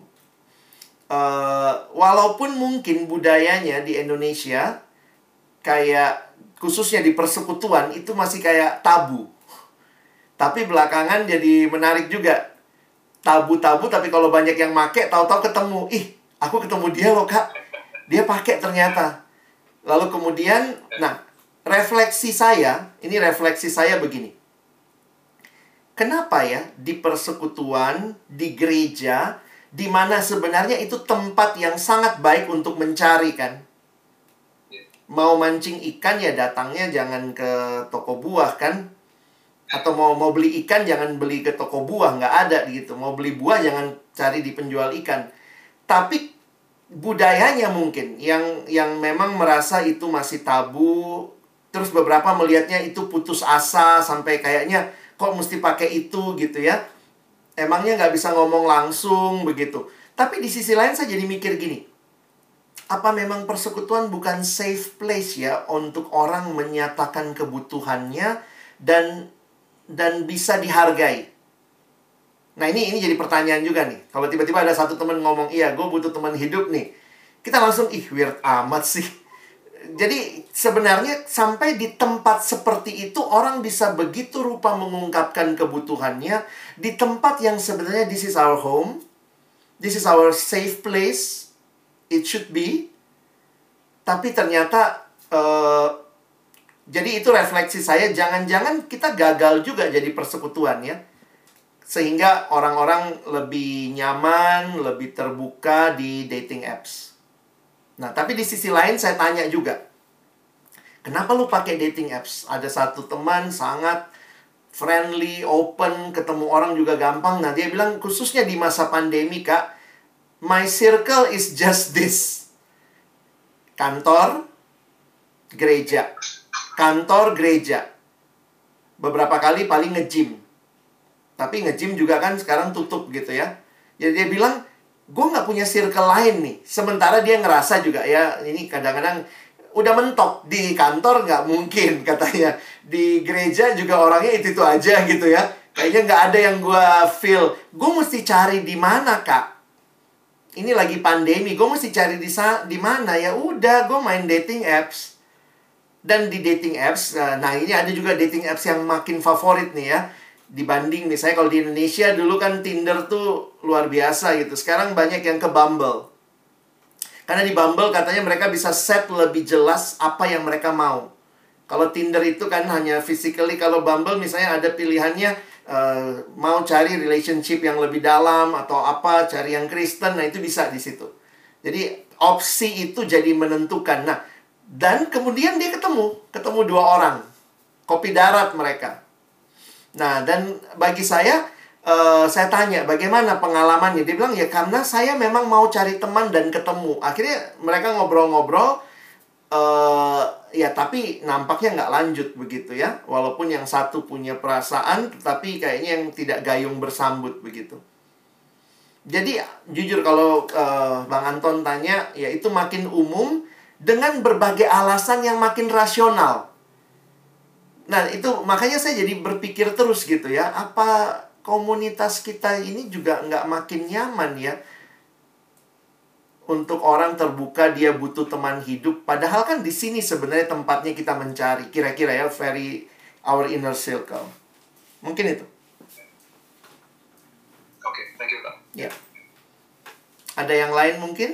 Walaupun mungkin budayanya di Indonesia kayak khususnya di persekutuan itu masih kayak tabu. Tapi belakangan jadi menarik juga. Tabu-tabu, tapi kalau banyak yang make, tahu-tahu ketemu. Ih, aku ketemu dia loh kak. Dia pakai ternyata. Lalu kemudian, refleksi saya begini. kenapa ya di persekutuan, di gereja, di mana sebenarnya itu tempat yang sangat baik untuk mencari kan? Mau mancing ikan ya datangnya jangan ke toko buah kan? Atau mau beli ikan jangan beli ke toko buah, nggak ada gitu. Mau beli buah jangan cari di penjual ikan. Tapi budayanya mungkin yang memang merasa itu masih tabu, terus beberapa melihatnya itu putus asa sampai kayaknya kok mesti pakai itu gitu ya. Emangnya nggak bisa ngomong langsung begitu. Tapi di sisi lain saya jadi mikir gini, apa memang persekutuan bukan safe place ya untuk orang menyatakan kebutuhannya dan bisa dihargai? Nah ini jadi pertanyaan juga nih. Kalau tiba-tiba ada satu teman ngomong, iya gue butuh teman hidup nih, kita langsung, weird amat sih. Jadi sebenarnya sampai di tempat seperti itu orang bisa begitu rupa mengungkapkan kebutuhannya. Di tempat yang sebenarnya this is our home, this is our safe place, it should be. Tapi ternyata jadi itu refleksi saya, jangan-jangan kita gagal juga jadi persekutuan ya. Sehingga orang-orang lebih nyaman, lebih terbuka di dating apps. Nah, tapi di sisi lain saya tanya juga, kenapa lu pakai dating apps? Ada satu teman sangat friendly, open, ketemu orang juga gampang. Nah, dia bilang khususnya di masa pandemi, Kak, my circle is just this. Kantor, gereja. Kantor, gereja. Beberapa kali paling nge-gym. Tapi nge-gym juga kan sekarang tutup gitu ya. Jadi dia bilang, gue nggak punya circle lain nih. Sementara dia ngerasa juga ya, ini kadang-kadang udah mentok. Di kantor nggak mungkin katanya. Di gereja juga orangnya itu aja gitu ya. Kayaknya nggak ada yang gue feel. Gue mesti cari di mana, Kak? Ini lagi pandemi, gue mesti cari di mana? Ya udah, gue main dating apps. Dan di dating apps, nah ini ada juga dating apps yang makin favorit nih ya. Dibanding misalnya kalau di Indonesia dulu kan Tinder tuh luar biasa gitu. Sekarang banyak yang ke Bumble. Karena di Bumble katanya mereka bisa set lebih jelas apa yang mereka mau. Kalau Tinder itu kan hanya physically. Kalau Bumble misalnya ada pilihannya mau cari relationship yang lebih dalam atau apa, cari yang Kristen. Nah itu bisa di situ. Jadi opsi itu jadi menentukan. Nah dan kemudian dia ketemu dua orang. Kopi darat mereka. Nah, dan bagi saya tanya, bagaimana pengalamannya? Dia bilang, ya karena saya memang mau cari teman dan ketemu. Akhirnya mereka ngobrol-ngobrol, ya tapi nampaknya nggak lanjut begitu ya. Walaupun yang satu punya perasaan, tetapi kayaknya yang tidak gayung bersambut begitu. Jadi, jujur kalau Bang Anton tanya, ya itu makin umum dengan berbagai alasan yang makin rasional. Nah, itu makanya saya jadi berpikir terus gitu ya. Apa komunitas kita ini juga nggak makin nyaman ya? Untuk orang terbuka, dia butuh teman hidup. Padahal kan di sini sebenarnya tempatnya kita mencari. Kira-kira ya, our inner circle. Mungkin itu. Oke, thank you, Kak. Ya. Ada yang lain mungkin?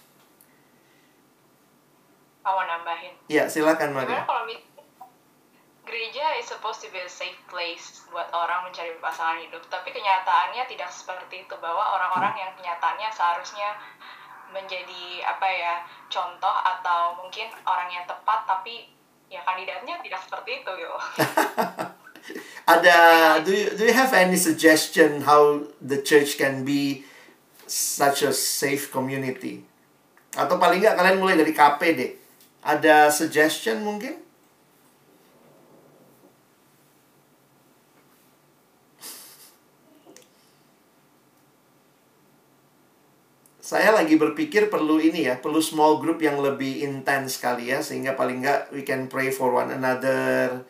Mau nambahin. Ya, silakan Maria. Gimana kalau gereja is supposed to be a safe place buat orang mencari pasangan hidup, tapi kenyataannya tidak seperti itu, bahwa orang-orang yang kenyataannya seharusnya menjadi contoh atau mungkin orang yang tepat, tapi ya kandidatnya tidak seperti itu gitu. Do you have any suggestion how the church can be such a safe community? Atau paling nggak kalian mulai dari KP deh. Ada suggestion mungkin? Saya lagi berpikir perlu perlu small group yang lebih intens kali ya, sehingga paling nggak we can pray for one another.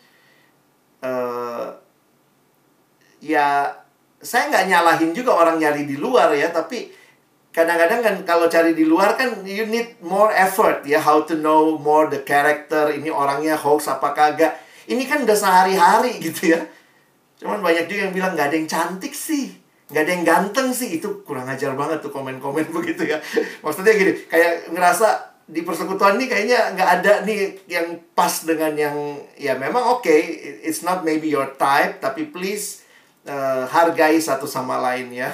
Ya, saya nggak nyalahin juga orang nyari di luar ya, tapi kadang-kadang kan kalau cari di luar kan you need more effort ya, how to know more the character, ini orangnya hoax apa kagak. Ini kan udah sehari-hari gitu ya. Cuman banyak juga yang bilang nggak ada yang cantik sih, nggak ada yang ganteng sih. Itu kurang ajar banget tuh komen-komen begitu ya. Maksudnya gini, kayak ngerasa di persekutuan nih kayaknya nggak ada nih yang pas dengan yang, ya memang oke, it's not maybe your type, tapi please hargai satu sama lain ya.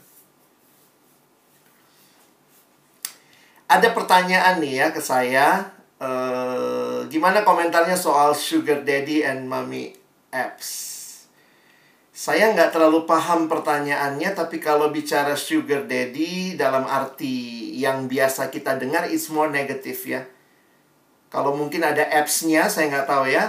Ada pertanyaan nih ya ke saya. Gimana komentarnya soal sugar daddy and mommy apps? Saya nggak terlalu paham pertanyaannya, tapi kalau bicara sugar daddy dalam arti yang biasa kita dengar, it's more negatif ya. Kalau mungkin ada apps-nya, saya nggak tahu ya.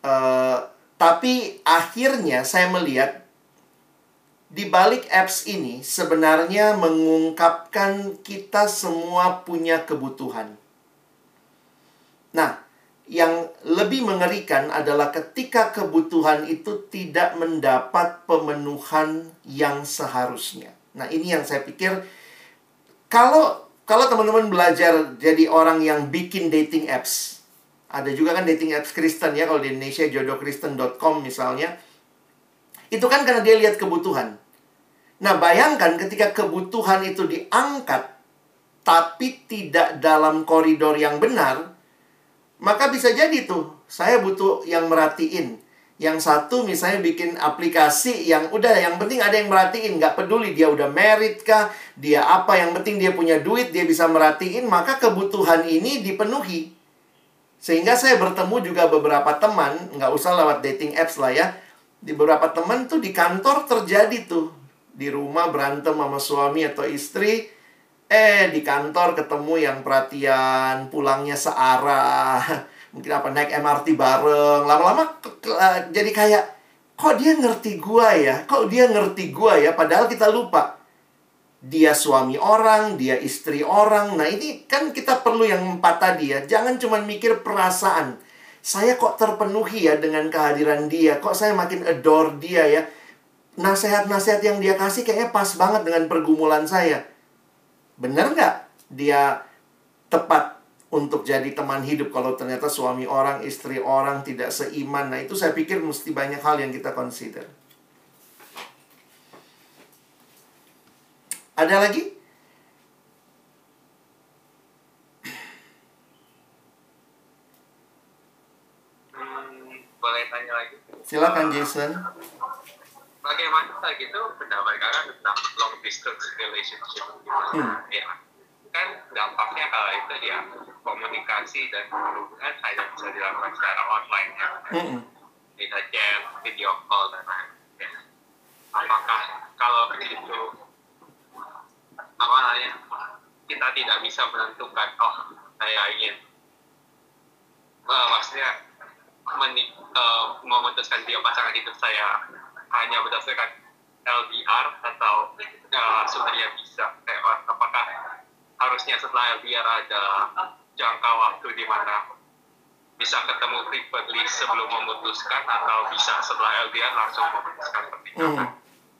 Tapi akhirnya saya melihat di balik apps ini sebenarnya mengungkapkan kita semua punya kebutuhan. Nah, yang lebih mengerikan adalah ketika kebutuhan itu tidak mendapat pemenuhan yang seharusnya. Nah, ini yang saya pikir kalau teman-teman belajar jadi orang yang bikin dating apps. Ada juga kan dating apps Kristen ya, kalau di Indonesia jodohkristen.com misalnya. Itu kan karena dia lihat kebutuhan. Nah, bayangkan ketika kebutuhan itu diangkat tapi tidak dalam koridor yang benar, maka bisa jadi tuh, saya butuh yang merhatiin. Yang satu misalnya bikin aplikasi yang udah, yang penting ada yang merhatiin. Nggak peduli dia udah married kah, dia apa, yang penting dia punya duit, dia bisa merhatiin. Maka kebutuhan ini dipenuhi. Sehingga saya bertemu juga beberapa teman, nggak usah lewat dating apps lah ya. Di beberapa teman tuh di kantor terjadi tuh. Di rumah berantem sama suami atau istri, di kantor ketemu yang perhatian, pulangnya searah, mungkin naik MRT bareng. Lama-lama jadi kayak, kok dia ngerti gua ya? Kok dia ngerti gua ya? Padahal kita lupa. Dia suami orang, dia istri orang. Nah, ini kan kita perlu yang 4 tadi ya. Jangan cuma mikir perasaan. Saya kok terpenuhi ya dengan kehadiran dia. Kok saya makin adore dia ya. Nasihat-nasihat yang dia kasih kayaknya pas banget dengan pergumulan saya. Benar nggak dia tepat untuk jadi teman hidup kalau ternyata suami orang, istri orang tidak seiman? Nah, itu saya pikir mesti banyak hal yang kita consider. Ada lagi? Boleh tanya lagi? Silakan Jason. Bagaimana gitu pendapat kakak tentang long distance relationship? Ya, kan dampaknya kalau itu ya komunikasi dan hubungan hanya bisa dilakukan secara online ya. Bisa chat, video call dan lain. Ya. Apakah kalau itu kita tidak bisa menentukan, saya ingin maksudnya memutuskan dia pasangan hidup saya hanya berdasarkan LDR atau sebenarnya bisa, apakah harusnya setelah LDR ada jangka waktu di mana bisa ketemu privately sebelum memutuskan, atau bisa setelah LDR langsung memutuskan pernikahan?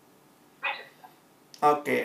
Oke,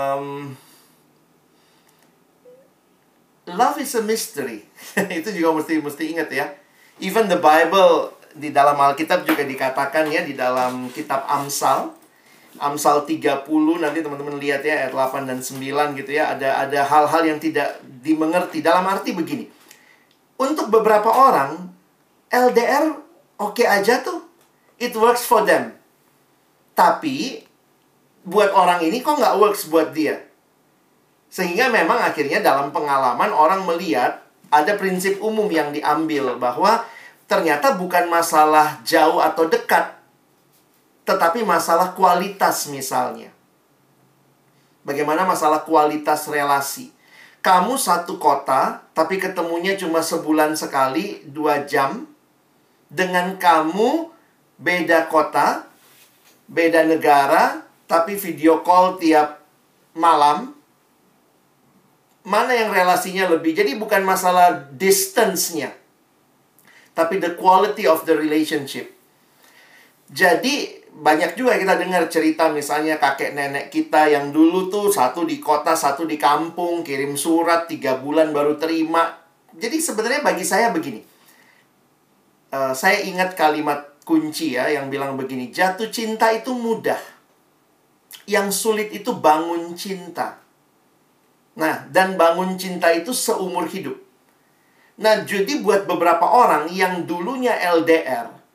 love is a mystery. Itu juga mesti ingat ya. Even the Bible, di dalam Alkitab juga dikatakan ya, di dalam kitab Amsal 30, nanti teman-teman lihat ya ayat 8 dan 9 gitu ya, ada hal-hal yang tidak dimengerti. Dalam arti begini, untuk beberapa orang LDR oke aja tuh, it works for them. Tapi buat orang ini kok nggak works buat dia. Sehingga memang akhirnya dalam pengalaman orang melihat ada prinsip umum yang diambil bahwa ternyata bukan masalah jauh atau dekat, tetapi masalah kualitas misalnya. Bagaimana masalah kualitas relasi. Kamu satu kota, tapi ketemunya cuma sebulan sekali, 2 jam. Dengan kamu beda kota, beda negara, tapi video call tiap malam. Mana yang relasinya lebih? Jadi bukan masalah distance-nya, tapi the quality of the relationship. Jadi banyak juga kita dengar cerita misalnya kakek nenek kita yang dulu tuh satu di kota, satu di kampung, kirim surat 3 bulan baru terima. Jadi sebenarnya bagi saya begini, saya ingat kalimat kunci ya yang bilang begini, jatuh cinta itu mudah, yang sulit itu bangun cinta. Nah, dan bangun cinta itu seumur hidup. Nah, jadi buat beberapa orang yang dulunya LDR,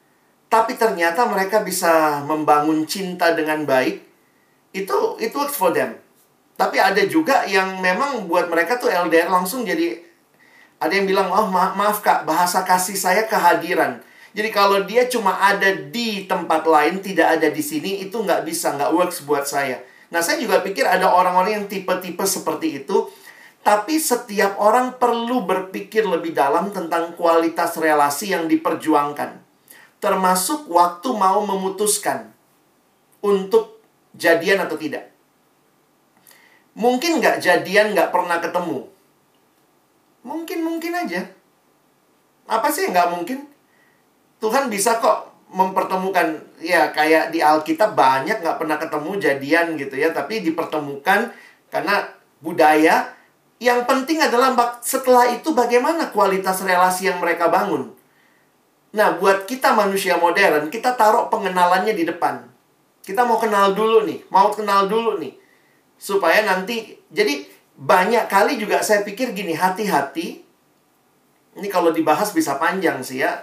tapi ternyata mereka bisa membangun cinta dengan baik, itu it works for them. Tapi ada juga yang memang buat mereka tuh LDR langsung jadi, ada yang bilang, oh maaf kak, bahasa kasih saya kehadiran. Jadi kalau dia cuma ada di tempat lain, tidak ada di sini, itu nggak bisa, nggak works buat saya. Nah, saya juga pikir ada orang-orang yang tipe-tipe seperti itu. Tapi setiap orang perlu berpikir lebih dalam tentang kualitas relasi yang diperjuangkan. Termasuk waktu mau memutuskan untuk jadian atau tidak. Mungkin nggak jadian, nggak pernah ketemu. Mungkin aja. Apa sih yang nggak mungkin? Tuhan bisa kok mempertemukan. Ya, kayak di Alkitab banyak nggak pernah ketemu jadian gitu ya. Tapi dipertemukan karena budaya. Yang penting adalah setelah itu bagaimana kualitas relasi yang mereka bangun. Nah, buat kita manusia modern, kita taruh pengenalannya di depan. Kita mau kenal dulu nih. Supaya nanti, jadi banyak kali juga saya pikir gini, hati-hati. Ini kalau dibahas bisa panjang sih ya.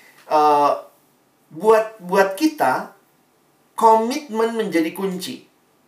Buat kita, komitmen menjadi kunci.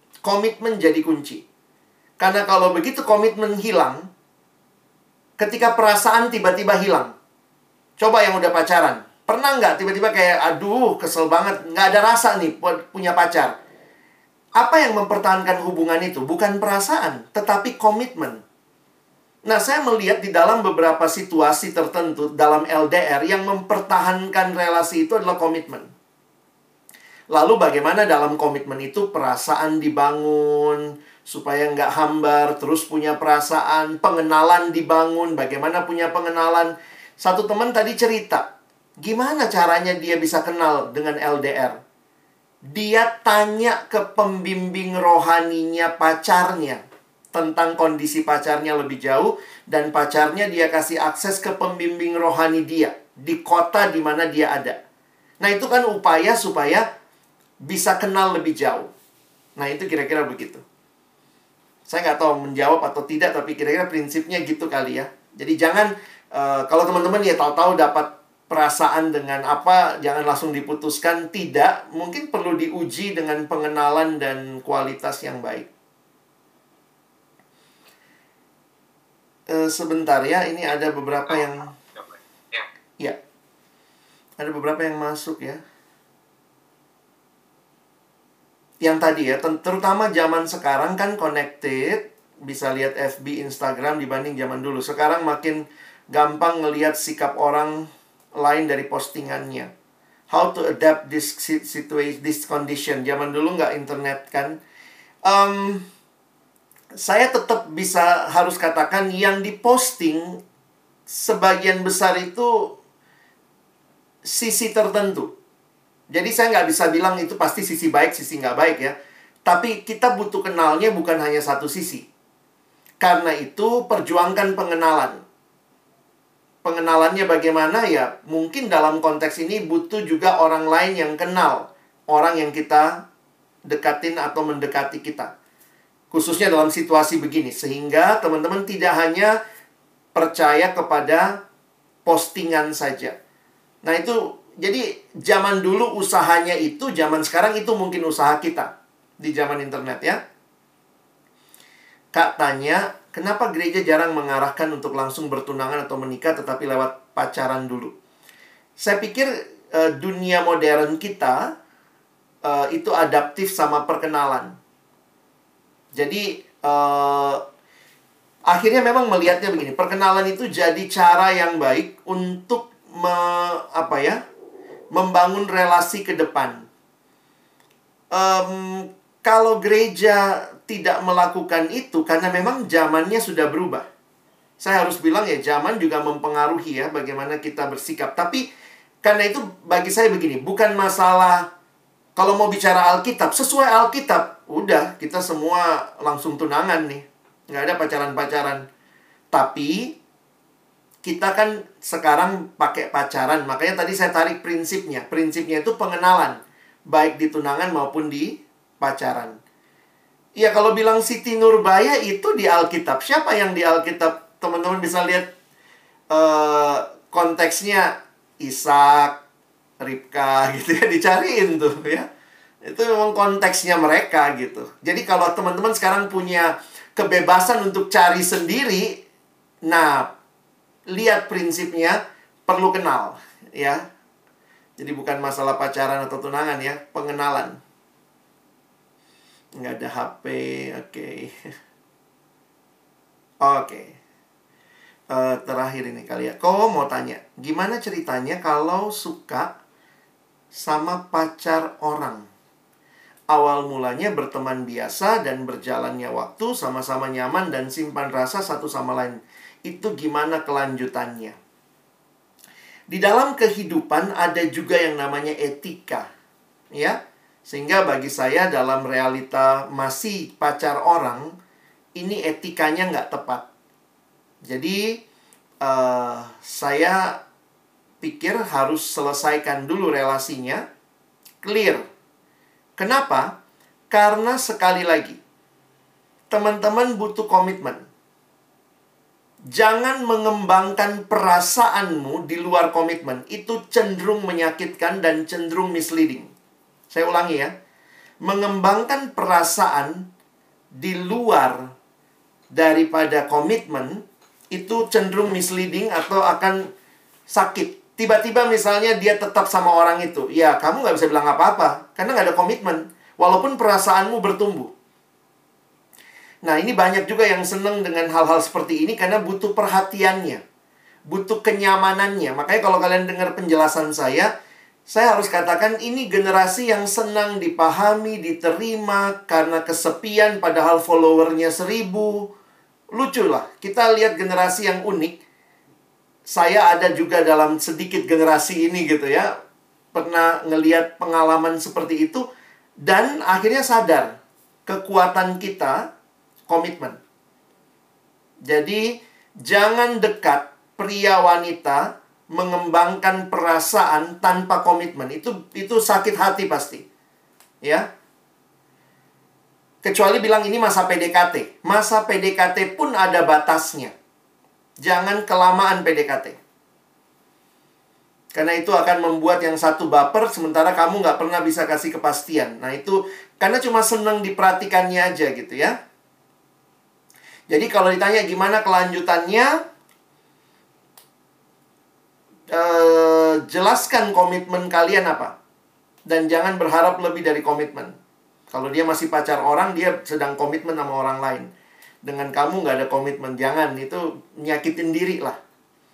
Karena kalau begitu komitmen hilang, ketika perasaan tiba-tiba hilang. Coba yang udah pacaran. Pernah nggak tiba-tiba kayak, aduh kesel banget, nggak ada rasa nih punya pacar. Apa yang mempertahankan hubungan itu? Bukan perasaan, tetapi komitmen. Nah, saya melihat di dalam beberapa situasi tertentu dalam LDR yang mempertahankan relasi itu adalah komitmen. Lalu bagaimana dalam komitmen itu perasaan dibangun, supaya nggak hambar, terus punya perasaan, pengenalan dibangun, bagaimana punya pengenalan. Satu teman tadi cerita, gimana caranya dia bisa kenal dengan LDR? Dia tanya ke pembimbing rohaninya pacarnya tentang kondisi pacarnya lebih jauh, dan pacarnya dia kasih akses ke pembimbing rohani dia di kota di mana dia ada. Nah, itu kan upaya supaya bisa kenal lebih jauh. Nah, itu kira-kira begitu. Saya nggak tahu menjawab atau tidak, tapi kira-kira prinsipnya gitu kali ya. Jadi jangan, kalau teman-teman ya tahu-tahu dapat perasaan dengan apa, jangan langsung diputuskan. Tidak, mungkin perlu diuji dengan pengenalan dan kualitas yang baik. Sebentar ya, ini ada beberapa yang... Ya, ada beberapa yang masuk ya. Yang tadi ya, terutama zaman sekarang kan connected, bisa lihat FB, Instagram dibanding zaman dulu. Sekarang makin gampang ngelihat sikap orang lain dari postingannya. How to adapt this situation, this condition. Zaman dulu nggak internet kan. Saya tetap bisa harus katakan yang diposting sebagian besar itu sisi tertentu. Jadi saya nggak bisa bilang itu pasti sisi baik, sisi nggak baik ya. Tapi kita butuh kenalnya bukan hanya satu sisi. Karena itu perjuangkan pengenalan. Pengenalannya bagaimana ya? Mungkin dalam konteks ini butuh juga orang lain yang kenal orang yang kita dekatin atau mendekati kita. Khususnya dalam situasi begini. Sehingga teman-teman tidak hanya percaya kepada postingan saja. Nah itu, jadi zaman dulu usahanya itu, zaman sekarang itu mungkin usaha kita. Di zaman internet ya. Kak tanya, kenapa gereja jarang mengarahkan untuk langsung bertunangan atau menikah tetapi lewat pacaran dulu? Saya pikir dunia modern kita itu adaptif sama perkenalan. Jadi akhirnya memang melihatnya begini, perkenalan itu jadi cara yang baik untuk membangun relasi ke depan. Kalau gereja tidak melakukan itu karena memang zamannya sudah berubah. Saya harus bilang ya, zaman juga mempengaruhi ya bagaimana kita bersikap. Tapi karena itu bagi saya begini, bukan masalah kalau mau bicara Alkitab, sesuai Alkitab, udah kita semua langsung tunangan nih. Nggak ada pacaran-pacaran. Tapi kita kan sekarang pakai pacaran. Makanya tadi saya tarik prinsipnya. Prinsipnya itu pengenalan. Baik di tunangan maupun di pacaran. Ya kalau bilang Siti Nurbaya itu di Alkitab. Siapa yang di Alkitab? Teman-teman bisa lihat konteksnya Ishak, Ribka gitu ya, dicariin tuh ya. Itu memang konteksnya mereka gitu. Jadi kalau teman-teman sekarang punya kebebasan untuk cari sendiri, nah, lihat prinsipnya, perlu kenal ya. Jadi bukan masalah pacaran atau tunangan ya, pengenalan. Nggak ada HP, oke. Oke. Terakhir ini kali ya. Kau mau tanya, gimana ceritanya kalau suka sama pacar orang? Awal mulanya berteman biasa dan berjalannya waktu, sama-sama nyaman dan simpan rasa satu sama lain. Itu gimana kelanjutannya? Di dalam kehidupan ada juga yang namanya etika, ya. Sehingga bagi saya dalam realita masih pacar orang, ini etikanya nggak tepat. Jadi saya pikir harus selesaikan dulu relasinya, clear. Kenapa? Karena sekali lagi, teman-teman butuh komitmen. Jangan mengembangkan perasaanmu di luar komitmen. Itu cenderung menyakitkan dan cenderung misleading. Saya ulangi ya. Mengembangkan perasaan di luar daripada komitmen itu cenderung misleading atau akan sakit. Tiba-tiba misalnya dia tetap sama orang itu. Ya, kamu nggak bisa bilang apa-apa. Karena nggak ada komitmen. Walaupun perasaanmu bertumbuh. Nah, ini banyak juga yang seneng dengan hal-hal seperti ini karena butuh perhatiannya. Butuh kenyamanannya. Makanya kalau kalian dengar penjelasan saya harus katakan ini generasi yang senang dipahami, diterima karena kesepian padahal followernya 1000. Lucu lah. Kita lihat generasi yang unik. Saya ada juga dalam sedikit generasi ini gitu ya. Pernah ngelihat pengalaman seperti itu. Dan akhirnya sadar. Kekuatan kita, komitmen. Jadi, jangan dekat pria wanita mengembangkan perasaan tanpa komitmen. Itu sakit hati pasti. Ya. Kecuali bilang ini masa PDKT. Masa PDKT pun ada batasnya. Jangan kelamaan PDKT. Karena itu akan membuat yang satu baper, sementara kamu nggak pernah bisa kasih kepastian. Nah itu, karena cuma senang diperhatikannya aja gitu ya. Jadi kalau ditanya gimana kelanjutannya, jelaskan komitmen kalian apa. Dan jangan berharap lebih dari komitmen. Kalau dia masih pacar orang, dia sedang komitmen sama orang lain. Dengan kamu nggak ada komitmen, jangan. Itu nyakitin diri lah.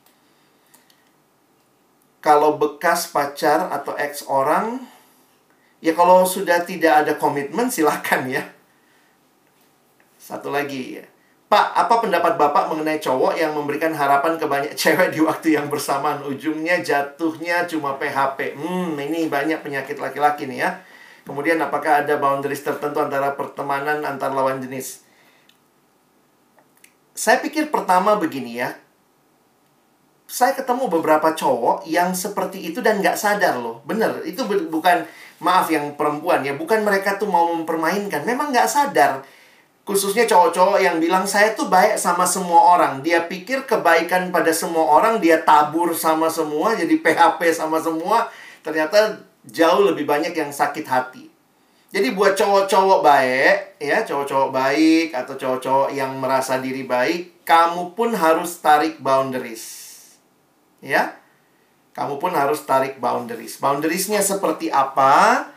Kalau bekas pacar atau ex orang, ya kalau sudah tidak ada komitmen, silakan ya. Satu lagi ya. Pak, apa pendapat Bapak mengenai cowok yang memberikan harapan ke banyak cewek di waktu yang bersamaan? Ujungnya jatuhnya cuma PHP. Ini banyak penyakit laki-laki nih ya. Kemudian apakah ada boundaries tertentu antara pertemanan antar lawan jenis? Saya pikir pertama begini ya. Saya ketemu beberapa cowok yang seperti itu dan nggak sadar loh. Bener, itu bukan, maaf yang perempuan ya. Bukan mereka tuh mau mempermainkan. Memang nggak sadar. Khususnya cowok-cowok yang bilang, saya tuh baik sama semua orang. Dia pikir kebaikan pada semua orang, dia tabur sama semua, jadi PHP sama semua. Ternyata jauh lebih banyak yang sakit hati. Jadi buat cowok-cowok baik, ya, cowok-cowok baik atau cowok-cowok yang merasa diri baik, kamu pun harus tarik boundaries. Ya. Kamu pun harus tarik boundaries. Boundariesnya seperti apa?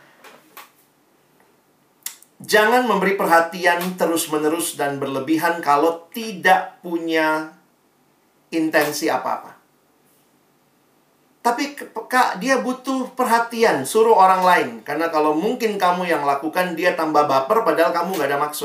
Jangan memberi perhatian terus-menerus dan berlebihan kalau tidak punya intensi apa-apa. Tapi Kak, dia butuh perhatian, suruh orang lain. Karena kalau mungkin kamu yang lakukan, dia tambah baper padahal kamu gak ada maksud.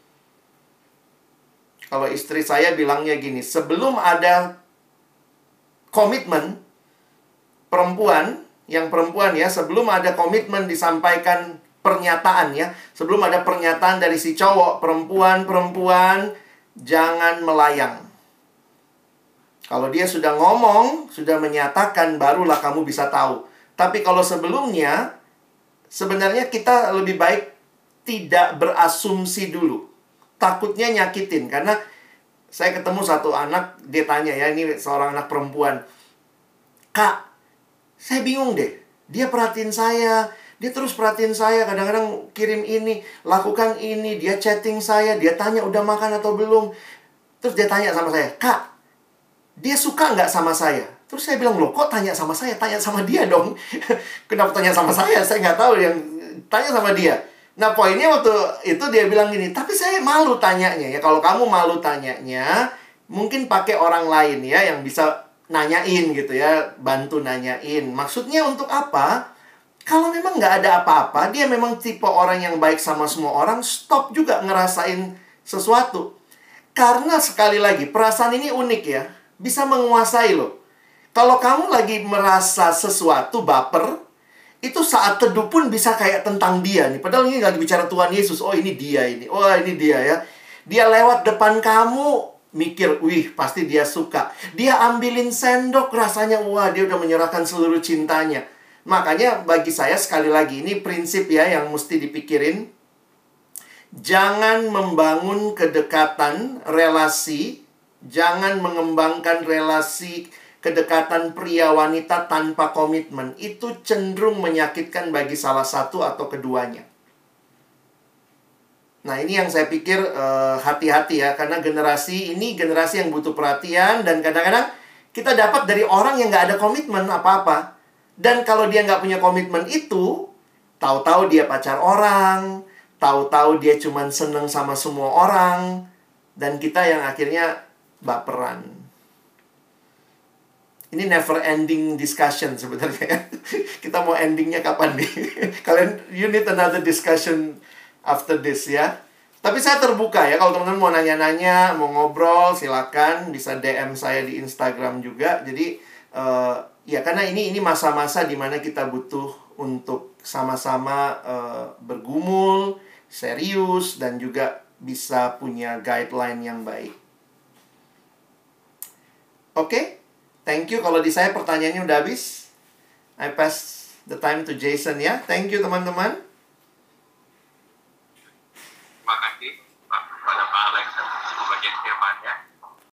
Kalau istri saya bilangnya gini, sebelum ada komitmen, perempuan ya, sebelum ada komitmen disampaikan pernyataan ya, sebelum ada pernyataan dari si cowok, perempuan, jangan melayang. Kalau dia sudah ngomong, sudah menyatakan, barulah kamu bisa tahu. Tapi kalau sebelumnya, sebenarnya kita lebih baik tidak berasumsi dulu. Takutnya nyakitin. Karena saya ketemu satu anak, dia tanya ya, ini seorang anak perempuan. Kak, saya bingung deh. Dia perhatiin saya. Dia terus perhatiin saya. Kadang-kadang kirim ini, lakukan ini. Dia chatting saya. Dia tanya udah makan atau belum. Terus dia tanya sama saya, Kak, dia suka nggak sama saya? Terus saya bilang, loh kok tanya sama saya? Tanya sama dia dong. Kenapa tanya sama saya? Saya nggak tahu, yang tanya sama dia. Nah, poinnya waktu itu dia bilang gini, tapi saya malu tanyanya ya. Kalau kamu malu tanyanya, mungkin pakai orang lain ya yang bisa nanyain gitu ya, bantu nanyain. Maksudnya untuk apa? Kalau memang nggak ada apa-apa, dia memang tipe orang yang baik sama semua orang, stop juga ngerasain sesuatu. Karena sekali lagi, perasaan ini unik ya, bisa menguasai loh. Kalau kamu lagi merasa sesuatu, baper, itu saat teduh pun bisa kayak tentang dia nih. Padahal ini lagi bicara Tuhan Yesus. Oh ini dia ini. Oh ini dia ya. Dia lewat depan kamu, mikir, wih pasti dia suka. Dia ambilin sendok, rasanya wah dia udah menyerahkan seluruh cintanya. Makanya bagi saya sekali lagi, ini prinsip ya yang mesti dipikirin. Jangan membangun kedekatan relasi. Jangan mengembangkan relasi kedekatan pria wanita tanpa komitmen. Itu cenderung menyakitkan bagi salah satu atau keduanya. Nah ini yang saya pikir hati-hati ya. Karena generasi ini generasi yang butuh perhatian. Dan kadang-kadang kita dapat dari orang yang gak ada komitmen apa-apa. Dan kalau dia gak punya komitmen itu, tahu-tahu dia pacar orang, tahu-tahu dia cuman seneng sama semua orang. Dan kita yang akhirnya baperan. Ini never ending discussion sebenarnya. Kita mau endingnya kapan nih? Kalian, you need another discussion after this ya. Tapi saya terbuka ya. Kalau teman-teman mau nanya-nanya, mau ngobrol, silakan bisa DM saya di Instagram juga. Jadi ya karena ini masa-masa dimana kita butuh untuk sama-sama bergumul, serius, dan juga bisa punya guideline yang baik. Oke? Thank you. Kalau di saya pertanyaannya udah habis. I pass the time to Jason ya. Thank you teman-teman.